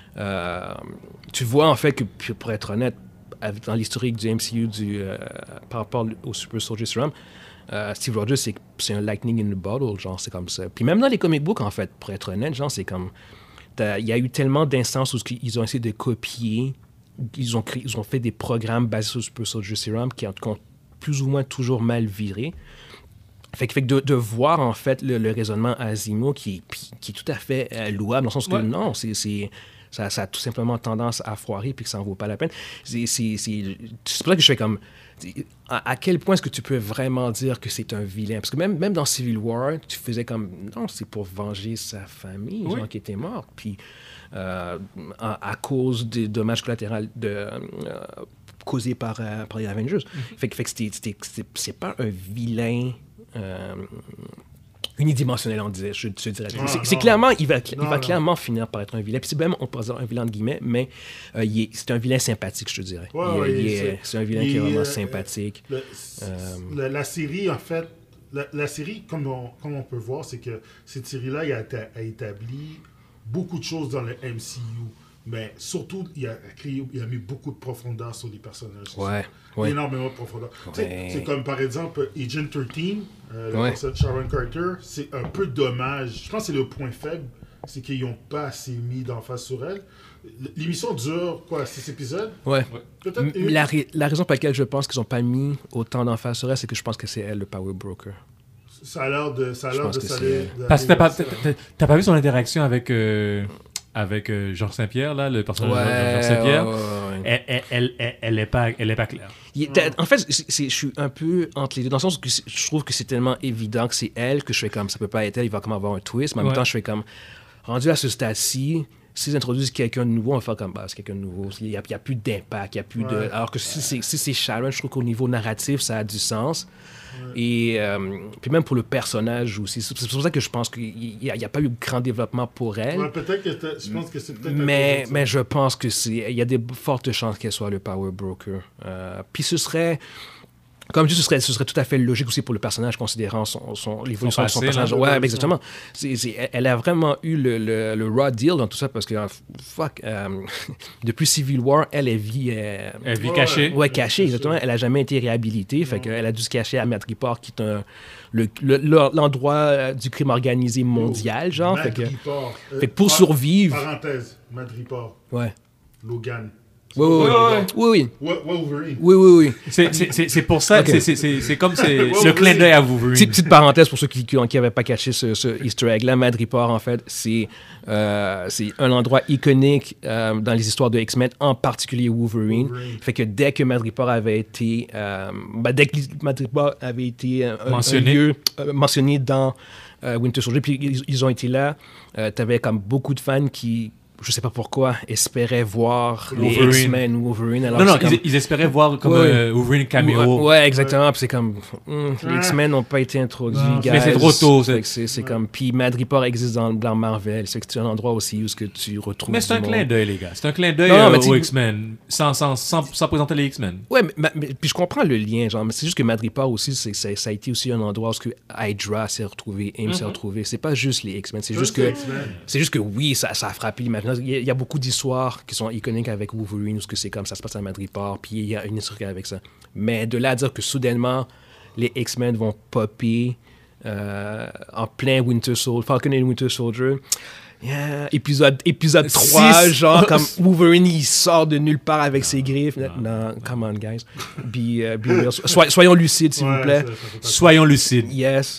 tu vois en fait que, pour être honnête, dans l'historique du MCU par rapport au Super Soldier Serum, Steve Rogers, c'est un lightning in a bottle, genre c'est comme ça. Puis même dans les comic books, en fait, pour être honnête, genre c'est comme il y a eu tellement d'instances où ils ont essayé de copier, ils ont fait des programmes basés sur le Super Soldier Serum qui ont plus ou moins toujours mal viré. Fait que de voir en fait le raisonnement à Zemo qui est tout à fait louable, dans le sens que non, Ça a tout simplement tendance à foirer puis que ça en vaut pas la peine. C'est pour ça que je fais comme... À quel point est-ce que tu peux vraiment dire que c'est un vilain? Parce que même dans Civil War, tu faisais comme... Non, c'est pour venger sa famille, Oui. genre qui était mort. Puis à cause des dommages collatéraux causés par les Avengers. Fait que c'est pas un vilain... unidimensionnel, on disait, je dirais. C'est clairement, il va clairement finir par être un vilain. Puis c'est même, on peut dire un vilain de guillemets, mais c'est un vilain sympathique, je te dirais. C'est un vilain qui est vraiment sympathique. La série, en fait, la série, comme on peut voir, c'est que cette série-là a établi beaucoup de choses dans le MCU. Mais surtout, il a mis beaucoup de profondeur sur les personnages. Ouais. Énormément de profondeur. Ouais. C'est comme, par exemple, Agent 13, le personnage de Sharon Carter, c'est un peu dommage. Je pense que c'est le point faible, c'est qu'ils n'ont pas assez mis d'emphase sur elle. L'émission dure, 6 épisodes? Ouais. Peut-être la raison pour laquelle je pense qu'ils n'ont pas mis autant d'emphase sur elle, c'est que je pense que c'est elle, le Power Broker. Ça a l'air de s'aller... Parce que t'as pas vu son interaction avec Georges Saint-Pierre, là, le personnage de Georges Saint-Pierre. Elle est pas claire. En fait, je suis un peu entre les deux, dans le sens que je trouve que c'est tellement évident que c'est elle que je fais comme, ça peut pas être elle, il va comme avoir un twist, mais en même temps, je fais comme, rendu à ce stade-ci, s'ils introduisent quelqu'un de nouveau, on va faire comme, c'est quelqu'un de nouveau. Il n'y a plus d'impact, il y a plus de... Alors que si c'est Sharon, je trouve qu'au niveau narratif, ça a du sens. Et puis même pour le personnage aussi. C'est pour ça que je pense qu'il n'y a pas eu de grand développement pour elle. Peut-être que je pense que c'est peut-être... Mais je pense que il y a des fortes chances qu'elle soit le Power Broker. Puis ce serait... Comme je dis, ce serait tout à fait logique aussi pour le personnage, considérant l'évolution de son personnage. Ouais, exactement. Elle a vraiment eu le raw deal dans tout ça, parce que, depuis Civil War, elle vit cachée. Ouais, cachée, exactement. Elle n'a jamais été réhabilitée, fait qu'elle a dû se cacher à Madripoor, qui est l'endroit du crime organisé mondial, genre. Fait que pour survivre... Parenthèse, Madripoor. Ouais. Logan. Oui. Wolverine. Oui. C'est pour ça, Okay. c'est comme le clin d'œil à Wolverine. Petite parenthèse pour ceux qui n'avaient pas caché ce Easter egg-là. Madripoor, en fait, c'est un endroit iconique dans les histoires de X-Men, en particulier Wolverine. Fait que dès que Madripoor avait été, mentionné. un lieu mentionné dans Winter Soldier, puis ils ont été là, t'avais comme beaucoup de fans qui, je sais pas pourquoi, espéraient voir les X-Men ou Wolverine. Alors ils espéraient voir comme Wolverine caméo. Ouais, exactement. Puis c'est comme, les X-Men n'ont pas été introduits, guys. Mais c'est trop tôt. C'est comme, puis Madripoor existe dans Marvel. C'est un endroit aussi où ce que tu retrouves. Mais c'est un clin d'œil, les gars. C'est un clin d'œil aux X-Men, sans présenter les X-Men. Ouais, mais puis je comprends le lien, genre, mais c'est juste que Madripoor aussi, ça a été aussi un endroit où ce que Hydra s'est retrouvé, AIM s'est retrouvé. C'est pas juste les X-Men, c'est juste que oui, ça a frappé l'imaginaire. Il y a beaucoup d'histoires qui sont iconiques avec Wolverine, où c'est comme ça se passe à Madripoor, puis il y a une histoire avec ça. Mais de là à dire que soudainement, les X-Men vont popper en plein Falcon and Winter Soldier... Yeah. Épisode 3, genre, comme Wolverine, il sort de nulle part avec ses griffes. Non, come on, guys. Be real. Soyons lucides, s'il vous plaît. Soyons lucides. Yes.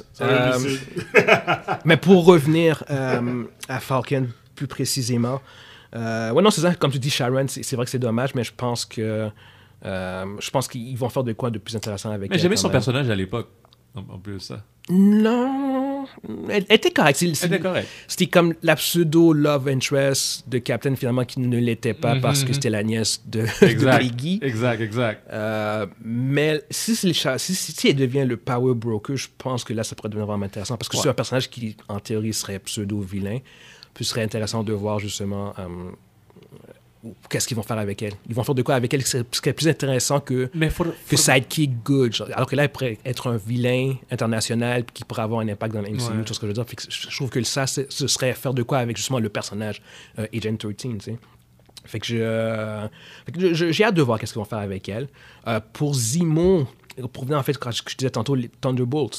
Mais pour revenir à Falcon, plus précisément, non, c'est ça, comme tu dis, Sharon, c'est vrai que c'est dommage, mais je pense qu'ils vont faire de quoi de plus intéressant avec elle. Mais j'aimais son personnage à l'époque, en plus de ça. Non, elle était correcte. C'était comme la pseudo love interest de Captain, finalement, qui ne l'était pas parce que c'était la nièce de Peggy. Exact. Mais si elle devient le Power Broker, je pense que là, ça pourrait devenir vraiment intéressant, parce que c'est un personnage qui, en théorie, serait pseudo-vilain. Puis ce serait intéressant de voir, justement, qu'est-ce qu'ils vont faire avec elle. Ils vont faire de quoi avec elle, ce serait plus intéressant que sidekick good. Genre, alors que là, elle pourrait être un vilain international qui pourrait avoir un impact dans la MCU, tout ce que je veux dire. Fait que je trouve que ça, ce serait faire de quoi avec, justement, le personnage Agent 13, tu sais. Fait que j'ai hâte de voir qu'est-ce qu'ils vont faire avec elle. Pour Zemo, pour venir, en fait, quand je disais tantôt, les Thunderbolts,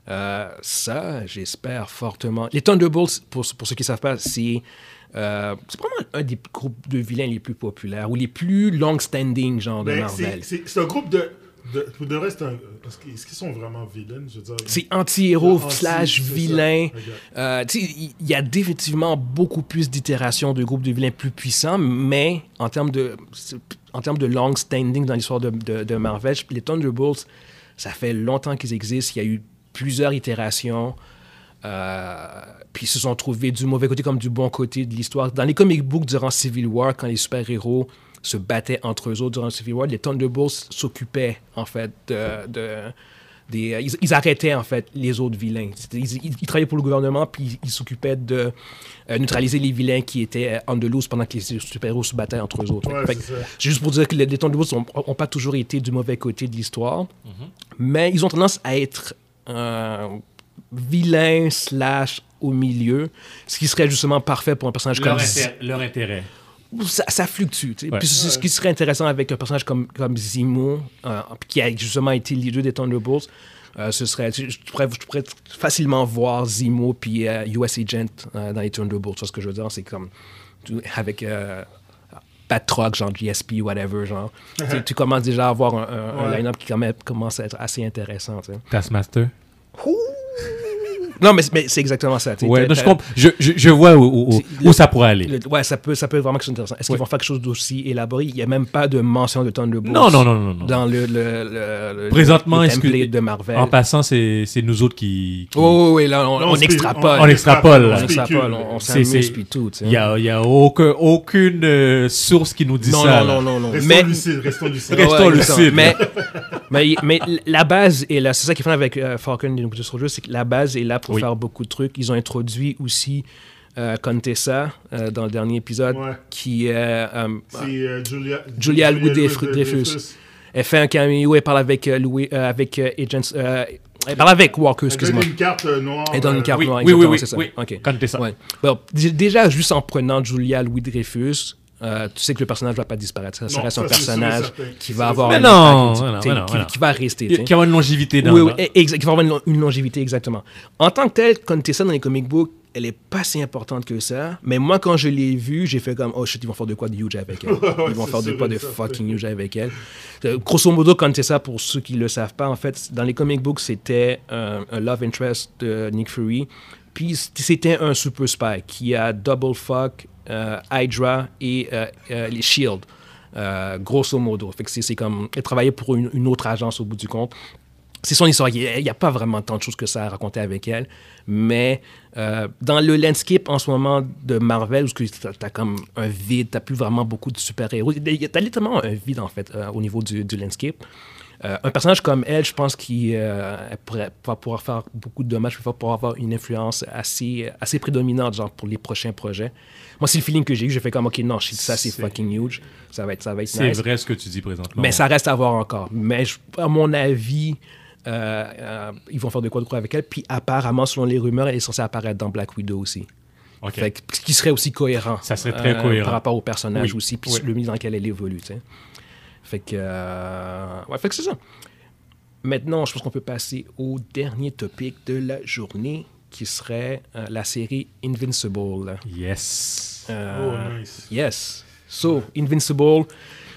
ça, j'espère fortement. Les Thunderbolts, pour ceux qui ne savent pas, c'est vraiment un des groupes de vilains les plus populaires ou les plus long-standing, genre, de Marvel. C'est un groupe de... Pour de reste, est-ce qu'ils sont vraiment vilains? Je veux dire, c'est anti-héros slash c'est vilain. ça. Il y a définitivement beaucoup plus d'itérations de groupes de vilains plus puissants, mais en termes de long standing dans l'histoire de Marvel, les Thunderbolts, ça fait longtemps qu'ils existent. Il y a eu plusieurs itérations. Puis ils se sont trouvés du mauvais côté comme du bon côté de l'histoire. Dans les comic books durant Civil War, quand les super-héros se battaient entre eux autres durant Civil War, les Thunderbolts s'occupaient en fait ils arrêtaient en fait les autres vilains. Ils travaillaient pour le gouvernement puis ils s'occupaient de neutraliser les vilains qui étaient on the loose pendant que les super-héros se battaient entre eux autres. Ouais, Fait, c'est ça. juste pour dire que les Thunderbolts n'ont pas toujours été du mauvais côté de l'histoire, mais ils ont tendance à être vilains slash au milieu, ce qui serait justement parfait pour un personnage Leur intérêt. Ça fluctue. Tu sais. Ouais. Puis ce qui serait intéressant avec un personnage comme Zemo, qui a justement été leader des Thunderbolts, ce serait, je pourrais facilement voir Zemo puis US Agent dans les Thunderbolts. C'est ce que je veux dire. C'est comme avec Batroc, genre GSP, whatever. Genre. Tu commences déjà à avoir un line-up qui commence à être assez intéressant. Tu sais. Taskmaster. Non, mais c'est exactement ça. Ouais, je vois où ça pourrait aller. Ouais, ça peut être vraiment quelque chose d'intéressant. Est-ce qu'ils vont faire quelque chose d'aussi élaboré? Il n'y a même pas de mention de Thunderbolts Non. dans le Présentement, le est-ce que template de Marvel. En passant, c'est nous autres qui... Oui, là, on extrapole. On extrapole. On extrapole, on s'amuse puis tout. Il n'y a aucune source qui nous dit ça. Non. Restons lucides. Restons lucides. Mais la base est là. C'est ça qui est fun avec Falcon et Winter Soldier, c'est que la base est là pour faire beaucoup de trucs. Ils ont introduit aussi Contessa dans le dernier épisode, qui est Julia Louis-Dreyfus. Elle fait un cameo, elle parle avec Agents... elle parle avec Walker, excuse-moi. Elle donne une carte noire. Elle donne une carte noire, oui, c'est ça. oui. Okay. Contessa. Ouais. Bon, déjà, juste en prenant Julia Louis-Dreyfus, tu sais que le personnage ne va pas disparaître. Ça reste un personnage qui va avoir qui va rester. Qui va avoir une longévité dans qui va avoir une longévité, exactement. En tant que tel, Contessa dans les comic books, elle n'est pas si importante que ça. Mais moi, quand je l'ai vue, j'ai fait comme, oh shit, ils vont faire de quoi de huge avec elle. Ils vont faire de quoi de fucking huge avec elle. Grosso modo, Contessa, pour ceux qui ne le savent pas, en fait, dans les comic books, c'était un love interest de Nick Fury. Puis c'était un super spy qui a double fuck Hydra et les Shield, grosso modo. Fait que c'est comme, elle travaillait pour une autre agence au bout du compte. C'est son histoire. Il n'y a pas vraiment tant de choses que ça à raconter avec elle. Mais dans le landscape en ce moment de Marvel, où tu as comme un vide, tu n'as plus vraiment beaucoup de super-héros. Tu as littéralement un vide, en fait, au niveau du landscape. Un personnage comme elle, je pense qu'il va pouvoir faire beaucoup de dommages, va pouvoir avoir une influence assez prédominante, genre, pour les prochains projets. Moi, c'est le feeling que j'ai eu. J'ai fait comme, OK, non, ça, c'est fucking huge. Ça va être nice. C'est vrai ce que tu dis présentement. Mais ça reste à voir encore. Mais à mon avis... ils vont faire de quoi avec elle. Puis apparemment, selon les rumeurs, elle est censée apparaître dans Black Widow aussi. Okay. Fait que, ce qui serait aussi cohérent. Ça serait très cohérent. Par rapport au personnage aussi, puis le milieu dans lequel elle évolue. T'sais. Fait que c'est ça. Maintenant, je pense qu'on peut passer au dernier topic de la journée, qui serait la série Invincible. Yes. Nice. Yes. So, Invincible,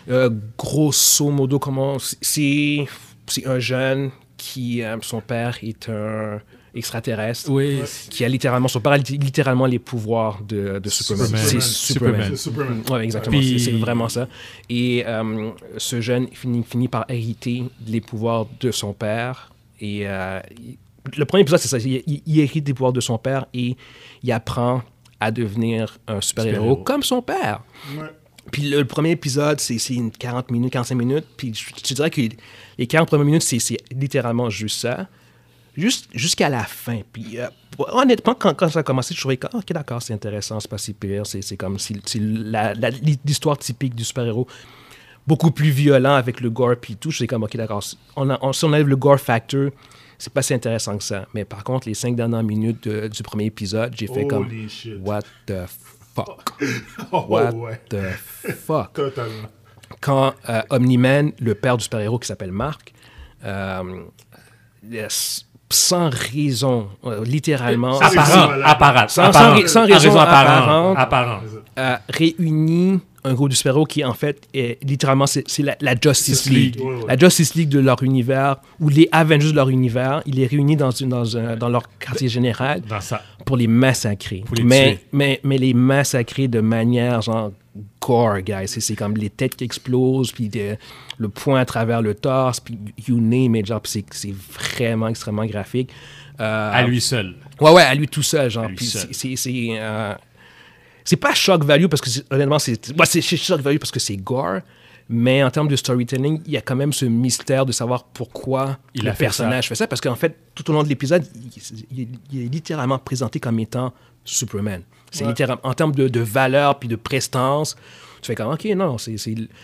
grosso modo, comment... C'est un jeune qui, son père est un extraterrestre, qui a littéralement, son père a littéralement les pouvoirs de Superman. C'est Superman. Oui, exactement, c'est vraiment ça. Et ce jeune finit par hériter les pouvoirs de son père. Et le premier épisode, c'est ça, il hérite des pouvoirs de son père et il apprend à devenir un super-héros comme son père. Ouais. Puis le premier épisode, c'est 40 minutes, 45 minutes. Puis je dirais que les 40 premières minutes, c'est littéralement juste ça. Jusqu'à la fin. Puis honnêtement, quand ça a commencé, je trouvais que, OK, d'accord, c'est intéressant, c'est pas si pire. C'est comme c'est l'histoire typique du super-héros. Beaucoup plus violent avec le gore puis tout. Je suis comme, OK, d'accord. Si on enlève le gore factor, c'est pas si intéressant que ça. Mais par contre, les 5 dernières minutes du premier épisode, j'ai fait comme, what the fuck? What the fuck? Totalement. Quand Omni-Man, le père du super-héros qui s'appelle Mark, sans raison, littéralement, Ça, c'est Apparente. sans raison apparente, Apparente. réunit un groupe de super-héros qui, en fait, est littéralement, c'est la Justice League. Ouais. La Justice League de leur univers, ou les Avengers de leur univers, il les réunit dans leur quartier général Dans ça. pour les massacrer. Pour les tuer. mais les massacrer de manière, genre, gore, guys. C'est comme les têtes qui explosent, puis le poing à travers le torse, puis you name it, genre, puis c'est vraiment extrêmement graphique. À lui seul. Ouais, à lui tout seul, genre. lui Puis seul. c'est pas shock value parce que honnêtement c'est shock value parce que c'est gore, mais en termes de storytelling, il y a quand même ce mystère de savoir pourquoi Il a fait personnage fait ça parce qu'en fait tout au long de l'épisode, il est littéralement présenté comme étant Superman. C'est littéralement en termes de valeur puis de prestance, tu fais comme OK, non, c'est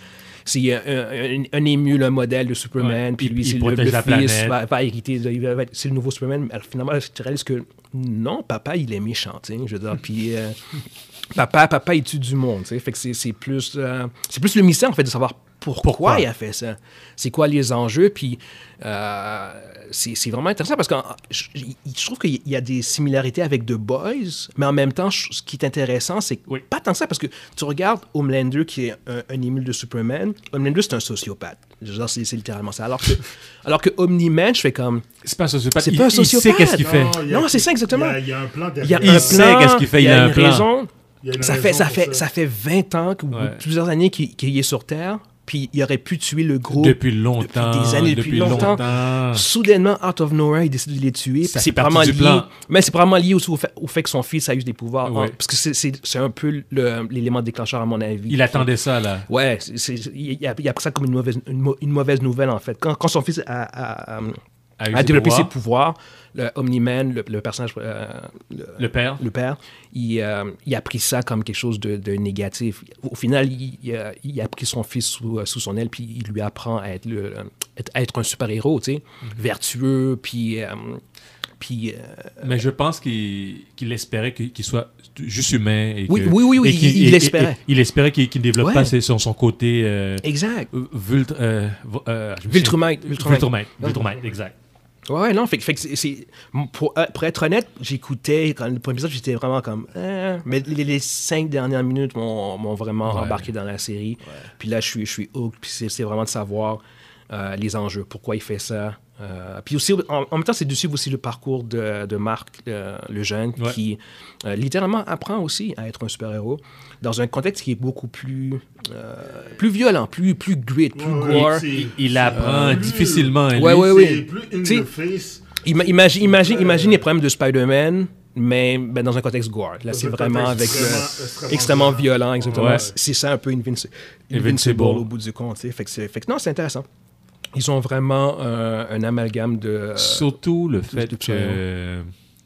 un ému, le modèle de Superman, puis lui, il c'est protège la fils planète. va hériter, c'est le nouveau Superman. Alors, finalement, tu réalises que non, papa, il est méchant, tu sais, je veux dire, puis papa, il tue du monde, tu sais, fait que c'est plus le mystère, en fait, de savoir pourquoi il a fait ça. C'est quoi les enjeux, puis c'est vraiment intéressant parce que je trouve qu'il y a des similarités avec The Boys, mais en même temps, ce qui est intéressant, c'est pas tant que ça, parce que tu regardes Homelander, qui est un émule de Superman. Homelander, c'est un sociopathe. Je veux dire, c'est littéralement ça. Alors que Omni-Man, je fais comme... C'est pas un sociopathe. C'est pas un sociopathe. Il sait qu'est-ce qu'il fait. Non, c'est ça exactement. Il y a un plan Il y a derrière. un Il sait plan, qu'est-ce qu'il fait, il a un plan. raison. Il y a une Ça raison fait, pour ça fait 20 ans, plusieurs années qu'il est sur Terre, puis il aurait pu tuer le groupe Depuis longtemps. depuis des années, depuis longtemps. Soudainement, out of nowhere, il décide de les tuer. Ça C'est fait partie probablement du lié, plan. mais c'est probablement lié aussi au fait que son fils a eu des pouvoirs. Ouais. Parce que c'est un peu l'élément déclencheur, à mon avis. Il attendait ça, là. Ouais, il a pris ça comme une mauvaise nouvelle, en fait. Quand son fils a développé ses pouvoirs, le Omni-Man, le personnage... Le père. Le père, il a pris ça comme quelque chose de négatif. Au final, il a pris son fils sous son aile, puis il lui apprend à être un super-héros, tu sais, vertueux, puis... Mais je pense qu'il espérait qu'il soit juste humain. Et oui, il l'espérait. Il espérait qu'il ne développe pas son côté... exact. Viltrumite, Viltrumite. exact. Ouais, non, fait que pour être honnête, j'écoutais, quand le premier épisode, j'étais vraiment comme... Mais les 5 dernières minutes m'ont vraiment embarqué dans la série. Ouais. Puis là, je suis hooked, puis c'est vraiment de savoir les enjeux, pourquoi il fait ça. Puis aussi, en même temps, c'est de suivre aussi le parcours de Marc, le jeune, qui littéralement apprend aussi à être un super-héros dans un contexte qui est beaucoup plus violent, plus grit, plus gore. Il apprend difficilement. Oui. C'est plus in the face. Imagine les problèmes de Spider-Man, mais dans un contexte gore. Là, c'est vraiment avec extrêmement violent, exactement. Ouais. C'est ça un peu Invincible au bout du compte. Fait que non, c'est intéressant. Ils ont vraiment un amalgame de... Surtout le fait que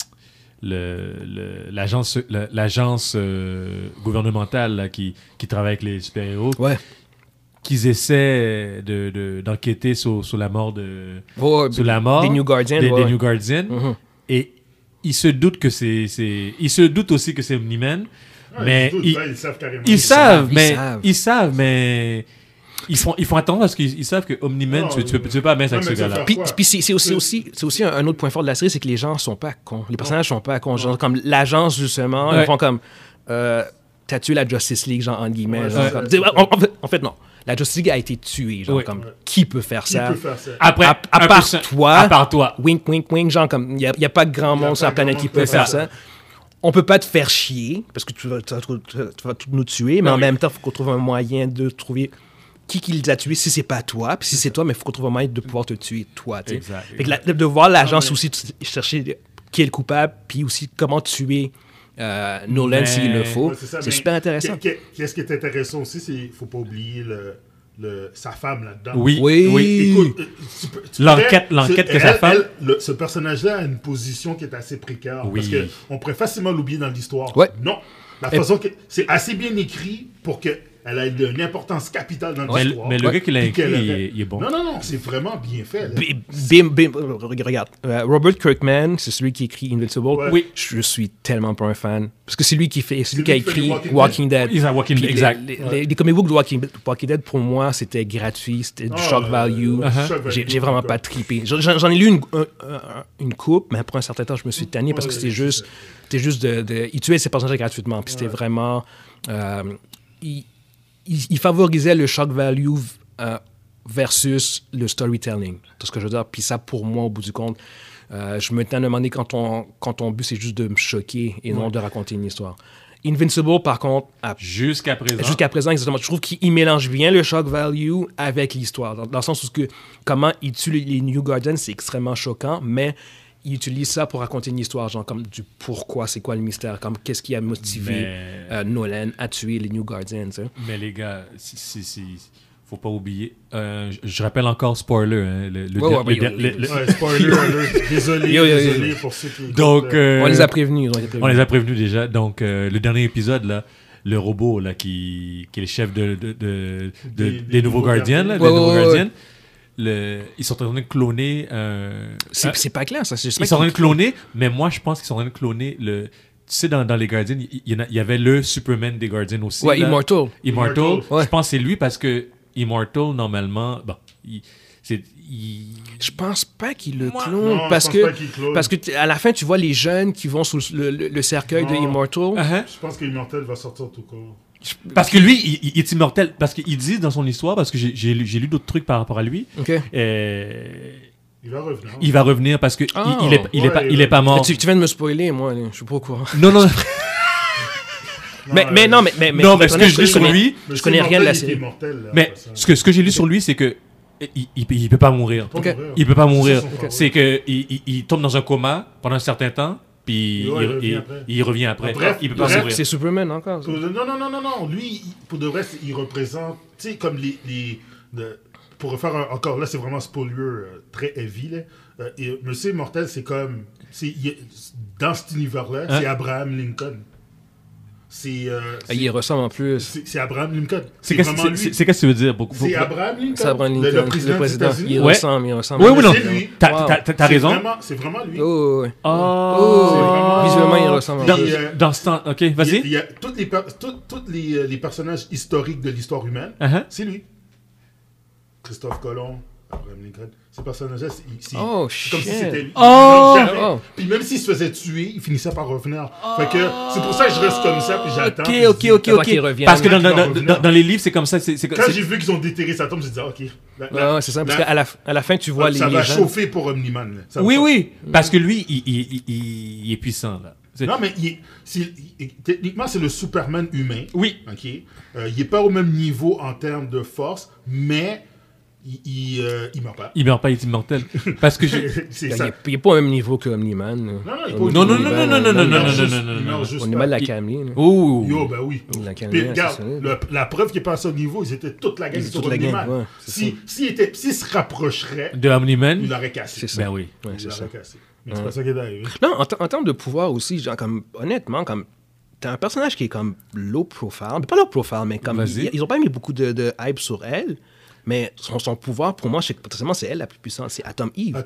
l'agence gouvernementale là, qui travaille avec les super-héros, qu'ils essaient d'enquêter sur la mort des New Guardians. Des New Guardians. Mm-hmm. Et ils se doutent que ils se doutent aussi que c'est Omni-Man. Mais ils savent carrément. Ils savent, mais... Ils font attention parce qu'ils savent que Omni-Man, tu peux pas mettre avec ce gars-là. Puis c'est aussi un autre point fort de la série, c'est que les gens sont pas cons. Les personnages sont pas cons. Genre, comme l'agence, justement, ils font comme... t'as tué la Justice League, genre, entre guillemets. En fait, non. La Justice League a été tuée. Genre, comme, qui peut faire ça? À part toi. Wink, wink, wink. Genre, comme, il n'y a pas grand monde sur la planète qui peut faire ça. On peut pas te faire chier, parce que tu vas tout nous tuer, mais en même temps, il faut qu'on trouve un moyen de trouver... qui les a tués, si c'est pas toi, puis si c'est toi, mais il faut qu'on trouve un moyen de pouvoir te tuer, toi. Exact. Fait que de voir l'agence aussi chercher qui est le coupable, puis aussi comment tuer Nolan s'il le faut, c'est super intéressant. Qu'est-ce qui est intéressant aussi, c'est qu'il ne faut pas oublier sa femme là-dedans. Oui. Écoute, l'enquête que sa femme... ce personnage-là a une position qui est assez précaire, parce qu'on pourrait facilement l'oublier dans l'histoire. Ouais. Non. La façon que c'est assez bien écrit pour que elle a une importance capitale dans Mais, l'histoire. mais le gars qui l'a Puis qu'elle écrit, aurait- il est bon. Non, c'est vraiment bien fait. là. Regarde, Robert Kirkman, c'est celui qui écrit Invincible. Ouais. Oui. Je suis tellement pas un fan. Parce que c'est lui qui a lui qui fait écrit Walking Walking Dead. He's a Walking Puis Dead, exact. Les comic books de Walking Dead, pour moi, c'était gratuit, c'était du shock value. J'ai vraiment pas trippé. J'en ai lu une coupe, mais après un certain temps, je me suis tanné parce que c'était juste il tuait ses personnages gratuitement. Puis c'était vraiment... il favorisait le shock value versus le storytelling. C'est ce que je veux dire. Puis ça, pour moi, au bout du compte, je me tente de demander quand ton but, c'est juste de me choquer et non de raconter une histoire. Invincible, par contre, Jusqu'à présent, exactement, je trouve qu'il mélange bien le shock value avec l'histoire. Dans le sens où comment il tue les New Guardians, c'est extrêmement choquant, mais il utilise ça pour raconter une histoire, genre comme du pourquoi, c'est quoi le mystère, comme qu'est-ce qui a motivé Nolan à tuer les New Guardians. Tu sais. Mais les gars, faut pas oublier. Je rappelle encore spoiler. Hein, spoiler alert. Désolé pour ceux qui... Donc, on les a prévenus. On les a prévenus déjà. Donc, le dernier épisode, là, le robot là, qui est le chef des nouveaux gardiens, là, des nouveaux gardiens, ils sont en train de cloner... c'est pas clair, ça. Ils sont en train de cloner, mais moi, je pense qu'ils sont en train de cloner le... Tu sais, dans les Guardians, il y avait le Superman des Guardians aussi. Ouais, là. Immortal. Ouais. Je pense que c'est lui parce que Immortal, normalement... Bon, je pense pas qu'il le Non, clone parce que à la fin tu vois les jeunes qui vont sous le cercueil de Immortal. Je pense qu'Immortal va sortir tout court. Parce que lui, il est immortel. Parce qu'il dit dans son histoire, parce que j'ai lu d'autres trucs par rapport à lui. Okay. Il va revenir parce que il est pas mort. Tu viens de me spoiler, moi. Je sais pas quoi. Non. Mais non, mais ce que je lis sur lui, je connais rien de la série. Mais ce que j'ai lu sur lui, c'est que il peut pas mourir. Il peut pas mourir. C'est que il tombe dans un coma pendant un certain temps, puis il revient après. Il peut pas mourir. C'est Superman encore. Non. Lui, pour de vrai, il représente, tu sais, comme pour refaire encore, là, c'est vraiment spoiler très heavy, là. Monsieur Immortel, c'est comme... dans cet univers-là, c'est Abraham Lincoln. Il ressemble en plus. C'est Abraham Lincoln. C'est qu'est-ce que tu veux dire? C'est Abraham Lincoln. C'est Abraham Lincoln, le président. Il ressemble. Oui, non. C'est lui. T'as raison. C'est vraiment lui. Visuellement, il ressemble en plus. Dans ce temps... OK, vas-y. Il y a tous les personnages historiques de l'histoire humaine. C'est lui. Christophe Colomb, Abraham Lincoln. Ces personnages-là, c'est comme si c'était lui. Puis même s'il se faisait tuer, il finissait par revenir. Fait que c'est pour ça que je reste comme ça, puis j'attends. OK. Parce que dans les livres, c'est comme ça. Quand j'ai vu qu'ils ont déterré sa tombe, j'ai dit, OK. C'est ça, parce qu'à la fin, tu vois les gens. Ça va gens. chauffer pour Omni-Man. Oui. Parce que lui, il est puissant, là. Non, mais techniquement, c'est le Superman humain. Oui. OK. Il n'est pas au même niveau en termes de force, mais... Il meurt pas. Il meurt pas, il est immortel. Parce que il n'est pas au même niveau que Omni-Man. Non. On est mal la Camille. Yo, ben oui. Puis regarde, la preuve qu'il est passé au niveau, ils étaient toute la gang sur Omni-Man. S'il se rapprocherait de Omni-Man, il l'aurait cassé. C'est ça. Ben oui. Il l'aurait cassé. Mais c'est pas ça qui est arrivé. Non, en termes de pouvoir aussi, genre, comme, honnêtement, comme t'as un personnage qui est comme low profile, mais pas low profile, mais comme ils ont pas mis beaucoup de hype sur elle. Mais son pouvoir, pour moi, potentiellement, c'est elle la plus puissante. C'est Atom Eve.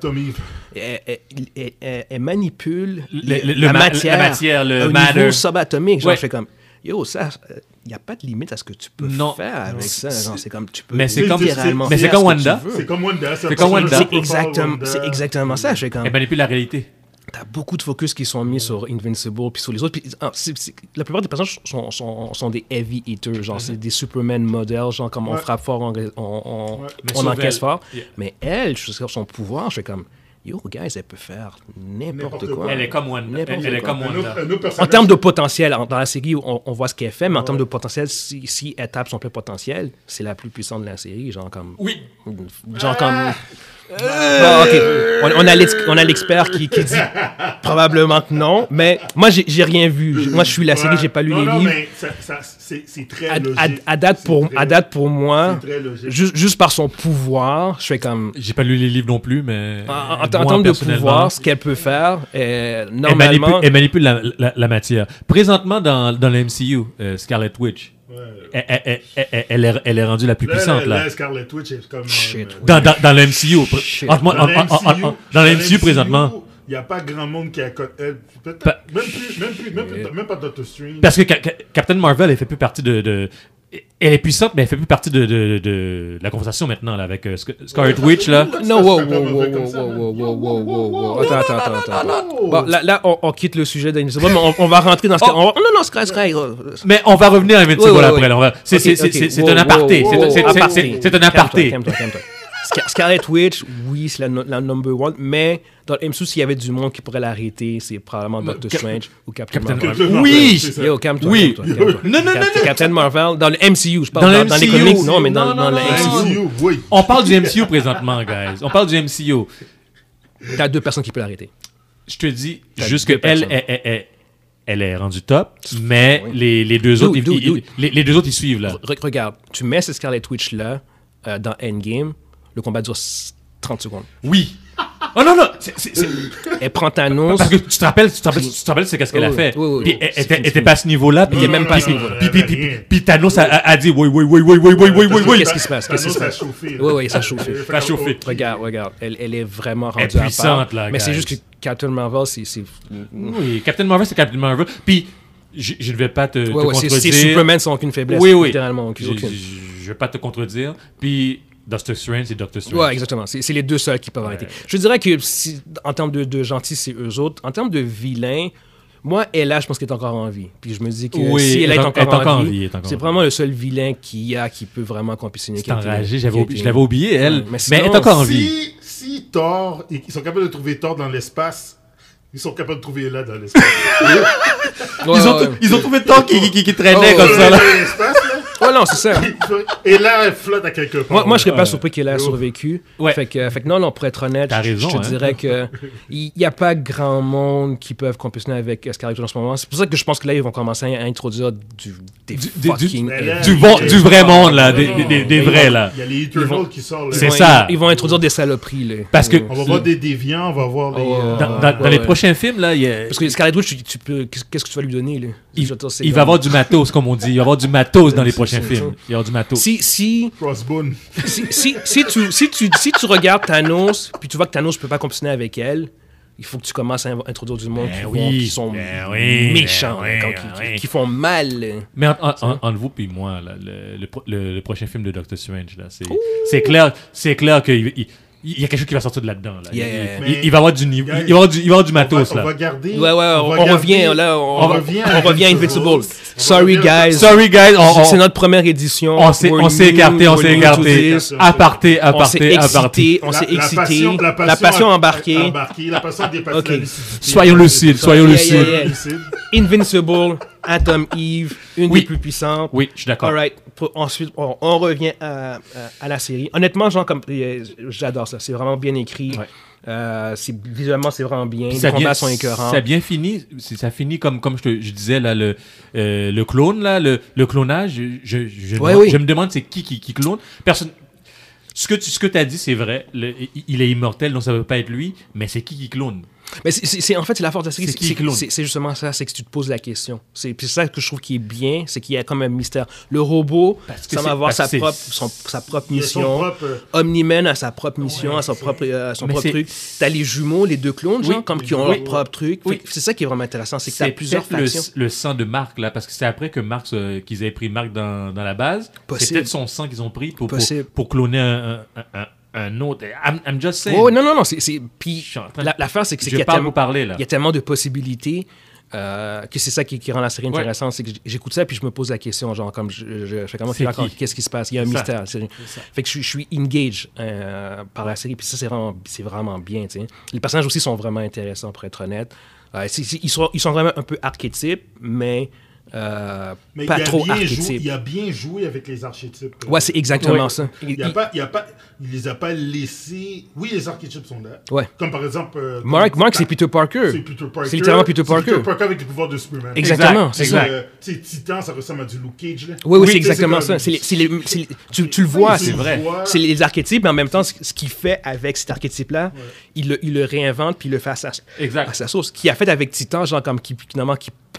Elle manipule la matière, le au matter. niveau subatomique. Genre, je fais comme, ça, il n'y a pas de limite à ce que tu peux faire avec ça. Genre, c'est comme, tu peux littéralement mais c'est comme Wanda. C'est comme Wanda. C'est exactement ça. Je fais comme... Elle manipule la réalité. T'as beaucoup de focus qui sont mis sur Invincible puis sur les autres. Puis, la plupart des personnages sont des heavy eaters, genre c'est des Superman modèles, genre comme on frappe fort, on encaisse fort. Mais elle, je sais son pouvoir, je fais comme yo guys, elle peut faire n'importe quoi. Elle est comme Wanda. En termes de potentiel, dans la série, on voit ce qu'elle fait, mais en termes de potentiel, si elle tape son plein potentiel, c'est la plus puissante de la série, genre comme. Oui. Genre comme. On a l'expert qui dit probablement que non, mais moi j'ai rien vu. Moi je suis la série, j'ai pas lu les livres. Mais c'est très logique. À date pour moi, juste par son pouvoir, je fais comme. J'ai pas lu les livres non plus, mais en termes de pouvoir, ce qu'elle peut faire, normalement, elle manipule la matière. Présentement dans le MCU, Scarlet Witch. elle est rendue la plus puissante, là. Scarlet Witch est comme... Dans le MCU. Dans le MCU, présentement. Il n'y a pas grand monde qui a... Peut-être même pas Doctor Strange. Parce que Captain Marvel, elle fait plus partie de... Elle est puissante, mais elle fait plus partie de la conversation maintenant, là, avec Scarlet Witch, là. Non, wow. Attends. Bon, là, on quitte le sujet d'Invincible, mais on va rentrer dans ce cas. Non, c'est Mais on va revenir à Invincible après. C'est un aparté. C'est un aparté. Calme-toi. Scarlet Witch, oui, c'est la number one, mais dans le MCU, s'il y avait du monde qui pourrait l'arrêter, c'est probablement Doctor Strange ou Captain Marvel. Oui! Yo, calme-toi. Oui! Non. Captain Marvel, dans le MCU, je parle dans les comics, non, mais dans le MCU. On parle du MCU présentement, guys. On parle du MCU. T'as 2 personnes qui peuvent l'arrêter. Je te dis juste qu'elle elle est rendue top, mais les deux autres, les deux autres, ils suivent, là. Regarde, tu mets cette Scarlet Witch-là dans Endgame, le combat dure 30 secondes. Oui. Oh non! Elle prend Thanos. Parce que tu te rappelles c'est qu'est-ce qu'elle a fait. Oui. Puis elle était pas à ce niveau-là. Puis elle est même pas à ce niveau-là. Puis Thanos a dit oui. Qu'est-ce qui se passe? Ça a chauffé. Oui, ça a chauffé. Ça a chauffé. Regarde. Elle est vraiment rendue puissante, à part. là, mais c'est guys. juste que Captain Marvel, c'est... Oui, Captain Marvel, c'est Captain Marvel. Puis je ne vais pas te contredire. C'est Superman sans aucune faiblesse. Oui. Littéralement. Je vais pas te contredire. Puis Doctor Strange, c'est Doctor Strange. Ouais, exactement. C'est les deux seuls qui peuvent arrêter. Je dirais que en termes de gentils, c'est eux autres. En termes de vilains, moi, Ella, je pense qu'elle est encore en vie. Puis je me dis que si elle est encore en vie, c'est vraiment le seul vilain qui peut vraiment compétitionner. C'est enragé. Je l'avais oublié, elle. Mais elle est encore en vie. Si Thor, ils sont capables de trouver Thor dans l'espace, ils sont capables de trouver Ella dans l'espace. Ils ont trouvé Thor qui traînait comme ça, là. Ouais, non, c'est ça. Et là, elle flotte à quelque part. Moi je serais pas surpris qu'elle ait survécu. Ouais. Fait que non, pour être honnête, t'as raison, je te dirais que il n'y a pas grand monde qui peuvent compétitionner avec Scarlet Witch en ce moment. C'est pour ça que je pense que là, ils vont commencer à introduire du vrai monde, là, des vrais, là. Il y a les Eternals qui sortent. C'est ça. Ils vont introduire des saloperies, là. Parce que on va voir des déviants, on va voir les... Dans les prochains films, là, Parce que Scarlet Witch, qu'est-ce que tu vas lui donner, là? Il va avoir du matos, comme on dit. Il va avoir du matos dans les prochains films. Il va avoir du matos. Crossbone. Si tu regardes Thanos, puis tu vois que Thanos ne peut pas compétitionner avec elle, il faut que tu commences à introduire du monde qui sont méchants, qui font mal. Mais entre vous et moi, là, le prochain film de Doctor Strange, là, c'est clair qu'il y a quelque chose qui va sortir de là-dedans. Là. Il va y avoir du matos. On revient à Invincible. Sorry guys, c'est notre première édition. On s'est écarté. Aparté. On s'est excité. La passion embarquée. La passion dépassée. Soyons lucides. Invincible, Atom Eve, une des plus puissantes. Oui, je suis d'accord. Alright. Ensuite, on revient à la série. Honnêtement, genre, j'adore ça. C'est vraiment bien écrit. Ouais. Visuellement, c'est vraiment bien. Les combats sont écœurants. Ça finit comme je disais, là, le clone, là, le clonage. Je me demande c'est qui clone. Personne. Ce que tu as dit, c'est vrai. Il est immortel, donc ça ne veut pas être lui. Mais c'est qui clone? Mais en fait, c'est la force de la série. C'est justement ça, c'est que tu te poses la question. C'est ça que je trouve qui est bien, c'est qu'il y a comme un mystère. Le robot, ça va avoir sa propre mission. Omni-Man a sa propre mission, a son propre truc. T'as les jumeaux, les deux clones, genre, comme qui ont leur propre truc. C'est ça qui est vraiment intéressant, c'est que t'as plusieurs factions. Le sang de Mark, là, parce que c'est après que qu'ils avaient pris Mark dans la base. C'est peut-être son sang qu'ils ont pris pour cloner un autre. I'm just saying. Oh, non. Puis l'affaire, c'est qu'il y a tellement de possibilités que c'est ça qui rend la série intéressante. C'est que j'écoute ça puis je me pose la question, genre, comme je fais comment qu'est-ce qui se passe? Il y a un mystère. Fait que je suis engaged par la série. Puis ça, c'est vraiment bien. T'sais. Les personnages aussi sont vraiment intéressants, pour être honnête. Ils sont vraiment un peu archétypes, mais pas trop archétypes. Il a bien joué avec les archétypes. Ouais, c'est exactement ça. Il les a pas laissés. Oui, les archétypes sont là. Ouais. Comme par exemple. Mark, c'est Peter Parker. C'est littéralement Peter Parker. Peter Parker avec les pouvoirs de Superman. Exactement, c'est ça. Titan, ça ressemble à du Luke Cage. Là. Oui, c'est exactement ça. Tu le vois, c'est vrai. C'est les archétypes, mais en même temps, ce qu'il fait avec cet archétype-là, il le réinvente puis il le fait à sa sauce. Ce qu'il a fait avec Titan, genre comme qui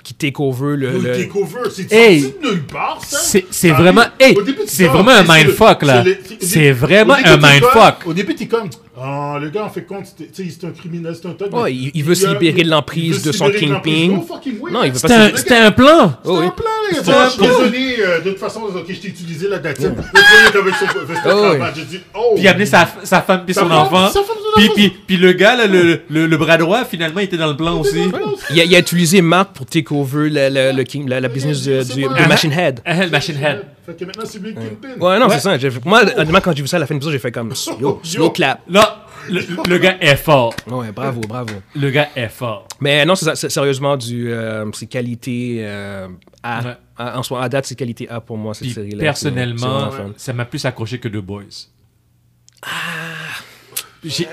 qui take over le... Takeover, c'est Hey, sorti de nulle part, ça. c'est Ça vraiment, arrive. hey, Au début, tu c'est sors, vraiment un c'est mindfuck, là. C'est vraiment un mindfuck. Au début, t'es comme, ah, le gars, en fait compte, tu sais, c'est un criminel, c'est un thug. Ouais, il veut se libérer de l'emprise de son kingpin. Non, il veut pas C'était un plan. Oh, oui. C'est un plan, là. C'était un Je suis désolé, de toute façon, ok, je t'ai utilisé la date. Le premier avec son veste de cravate, j'ai dit, oh. Puis il a amené sa femme puis son enfant. Puis le gars, là, le bras droit, finalement, il était dans le plan aussi. Il a utilisé Mark pour take over la business de Machine Head. Le Machine Head. Fait que maintenant, c'est lui le kingpin. Ouais, non, c'est ça. Moi, honnêtement, quand j'ai vu ça à la fin de l'épisode, j'ai fait comme slow clap. Là, le gars est fort. Ouais, bravo. Le gars est fort. Mais non, c'est sérieusement c'est qualité A. Ouais. En soi, à date, c'est qualité A pour moi, cette Puis série-là. personnellement, C'est vraiment fun. ça m'a plus accroché que The Boys. J'ai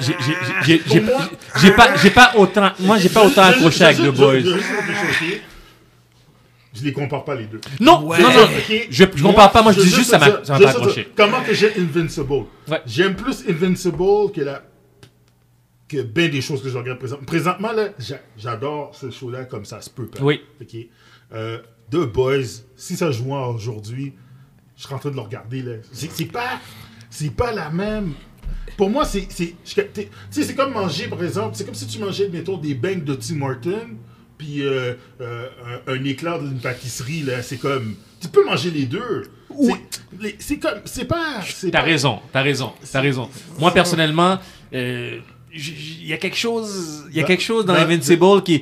pas autant accroché avec The Boys. Je les compare pas les deux. Non, Ouais. non, Ok. je compare pas, moi je dis juste ça m'a pas accroché. Comment que j'aime Invincible? Ouais. J'aime plus Invincible que bien des choses que je regarde présentement. Présentement, là, j'adore ce show-là comme ça se peut. Oui. Ok. The Boys, si ça jouait aujourd'hui, je serais en train de le regarder. Là. C'est pas la même. Pour moi, c'est comme manger, par exemple, c'est comme si tu mangeais, mettons, des bangs de Tim Hortons, puis un éclair d'une pâtisserie, là. C'est comme. Tu peux manger les deux. C'est comme. C'est pas. T'as raison. Moi, personnellement, il y a quelque chose dans Invincible qui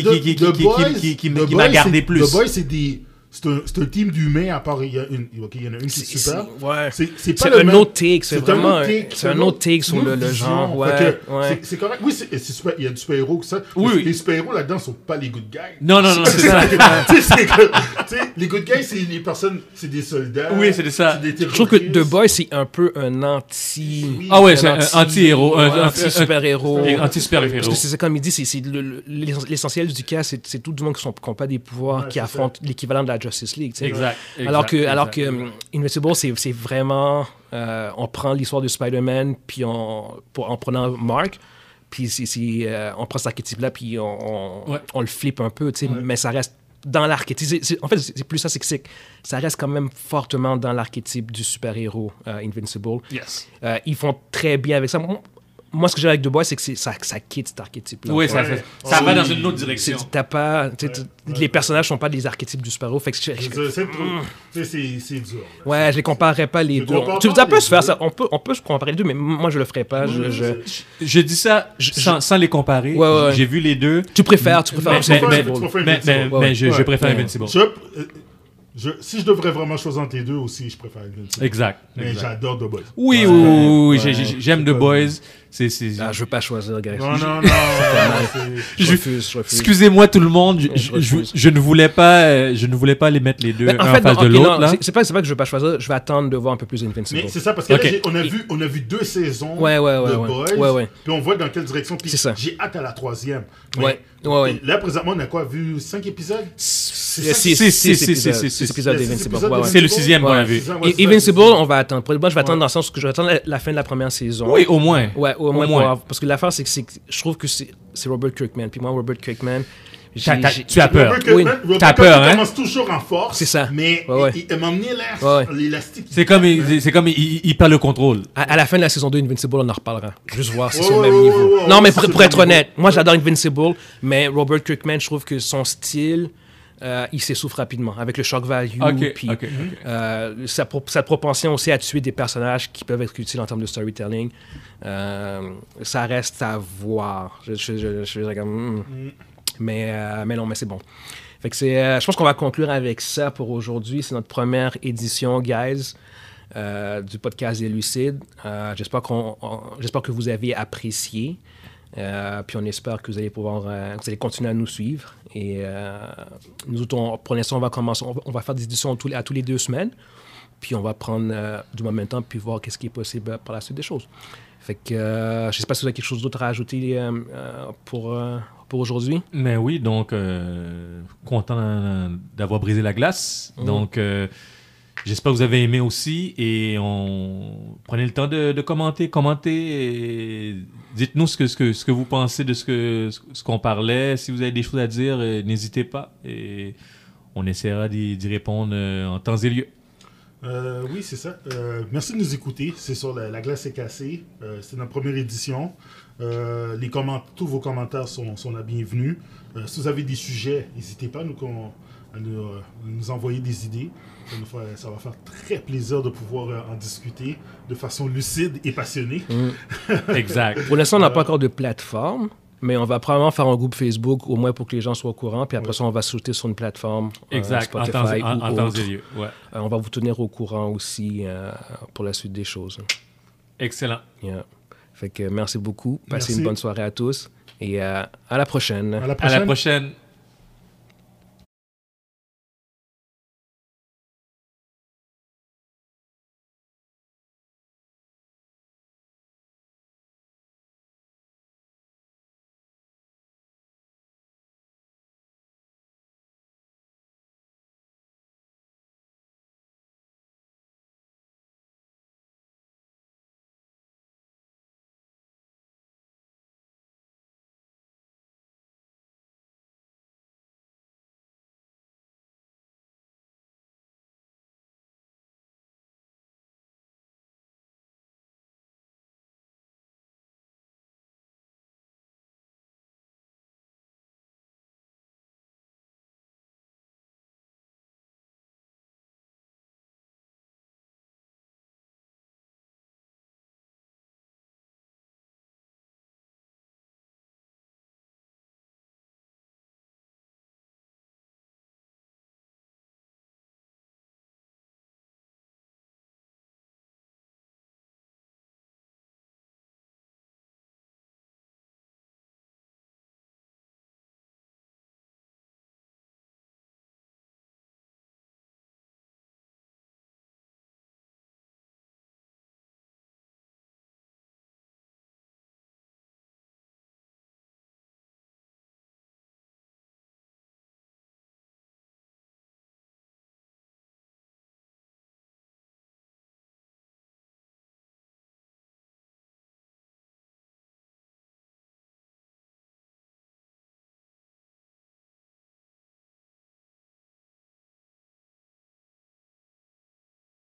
m'a gardé plus. The Boys, c'est un team d'humains, à part il y en a une qui est super. Ouais. C'est un autre take, c'est vraiment un autre take sur le vision. genre. Ouais. C'est correct. Oui, c'est super. Il y a du super-héros que ça. Oui. Les super-héros là-dedans sont pas les good guys. Non, c'est ça. Les good guys, c'est les personnes, c'est des soldats. Oui, c'est ça. Des Je trouve que The Boys, c'est un peu un anti... Ah ouais, c'est un anti-héros. Un anti-super-héros. Anti-super-héros. Parce que c'est comme il dit, c'est l'essentiel du cas, c'est tout le monde qui n'ont pas des pouvoirs, qui affrontent l'équivalent de la Justice League. Exact. Alors que Invincible, c'est vraiment... on prend l'histoire de Spider-Man, puis en prenant Mark, puis on prend cet archétype-là, puis on le flippe un peu, mais ça reste dans l'archétype. En fait, c'est plus ça, c'est que ça reste quand même fortement dans l'archétype du super-héros Invincible. Yes. Ils font très bien avec ça. Moi, ce que j'ai avec The Boys, c'est que ça quitte cet archétype-là. Oui, ça va dans une autre direction. Les personnages sont pas des archétypes du super-héros. Fait que c'est dur. Ouais, je les comparerais pas les deux. Ça peut se faire, ça. On peut se comparer les deux, mais moi, je le ferais pas. Je dis ça sans les comparer. Ouais. J'ai vu les deux. Tu préfères mais je préfère Invincible. Si je devrais vraiment choisir entre les deux aussi, je préfère Invincible. Exact. Mais j'adore The Boys. Oui, j'aime The Boys. Je veux pas choisir, gars. Non. Je refuse. Excusez-moi tout le monde, je ne voulais pas les mettre les deux en face de l'autre. Là. C'est pas que je veux pas choisir, je vais attendre de voir un peu plus Invincible. Mais c'est ça, parce que là, on a vu 2 saisons de Boys, puis on voit dans quelle direction, puis j'ai hâte à la 3e. Ouais. Là, présentement, on a quoi, vu 5 épisodes? 6 épisodes d'Invincible. C'est le 6e qu'on a vu. Invincible, on va attendre. Moi, je vais attendre dans le sens que je vais attendre la fin de la première saison. Oui, au moins. Ouais, au moins. Parce que l'affaire, c'est que je trouve que c'est Robert Kirkman. Puis moi, Robert Kirkman... Tu as peur. Robert Kirkman commence toujours en force. C'est ça. Mais il m'a emmené l'élastique. C'est comme il perd le contrôle. À la fin de la saison 2, Invincible, on en reparlera. Juste voir si c'est au même niveau. Non, mais pour être honnête, moi, j'adore Invincible, mais Robert Kirkman, je trouve que son style... il s'essouffle rapidement avec le shock value, puis sa propension aussi à tuer des personnages qui peuvent être utiles en termes de storytelling. Ça reste à voir. Je dirais comme... Mais non, mais c'est bon. Fait que je pense qu'on va conclure avec ça pour aujourd'hui. C'est notre première édition, guys, du podcast des Lucides. J'espère que vous avez apprécié. Puis on espère que vous allez continuer à nous suivre. Et nous autres, pour l'instant, on va faire des éditions à tous les 2 semaines. Puis on va prendre du momentum puis voir qu'est-ce qui est possible par la suite des choses. Fait que je ne sais pas si vous avez quelque chose d'autre à ajouter pour aujourd'hui. Mais oui, donc content d'avoir brisé la glace. Donc J'espère que vous avez aimé aussi et prenez le temps de commenter. Et dites-nous ce que vous pensez de ce qu'on parlait. Si vous avez des choses à dire, n'hésitez pas et on essaiera d'y répondre en temps et lieu. Oui, c'est ça. Merci de nous écouter. C'est sur la glace est cassée. C'est notre première édition. Tous vos commentaires sont la bienvenue. Si vous avez des sujets, n'hésitez pas à nous envoyer des idées. Ça va faire très plaisir de pouvoir en discuter de façon lucide et passionnée. Exact. Pour l'instant, on n'a pas encore de plateforme, mais on va probablement faire un groupe Facebook, au moins pour que les gens soient au courant. Puis après ça, on va sauter sur une plateforme Spotify en temps et lieu. Ouais. On va vous tenir au courant aussi pour la suite des choses. Excellent. Yeah. Fait que merci beaucoup. Passez une bonne soirée à tous et à la prochaine. À la prochaine.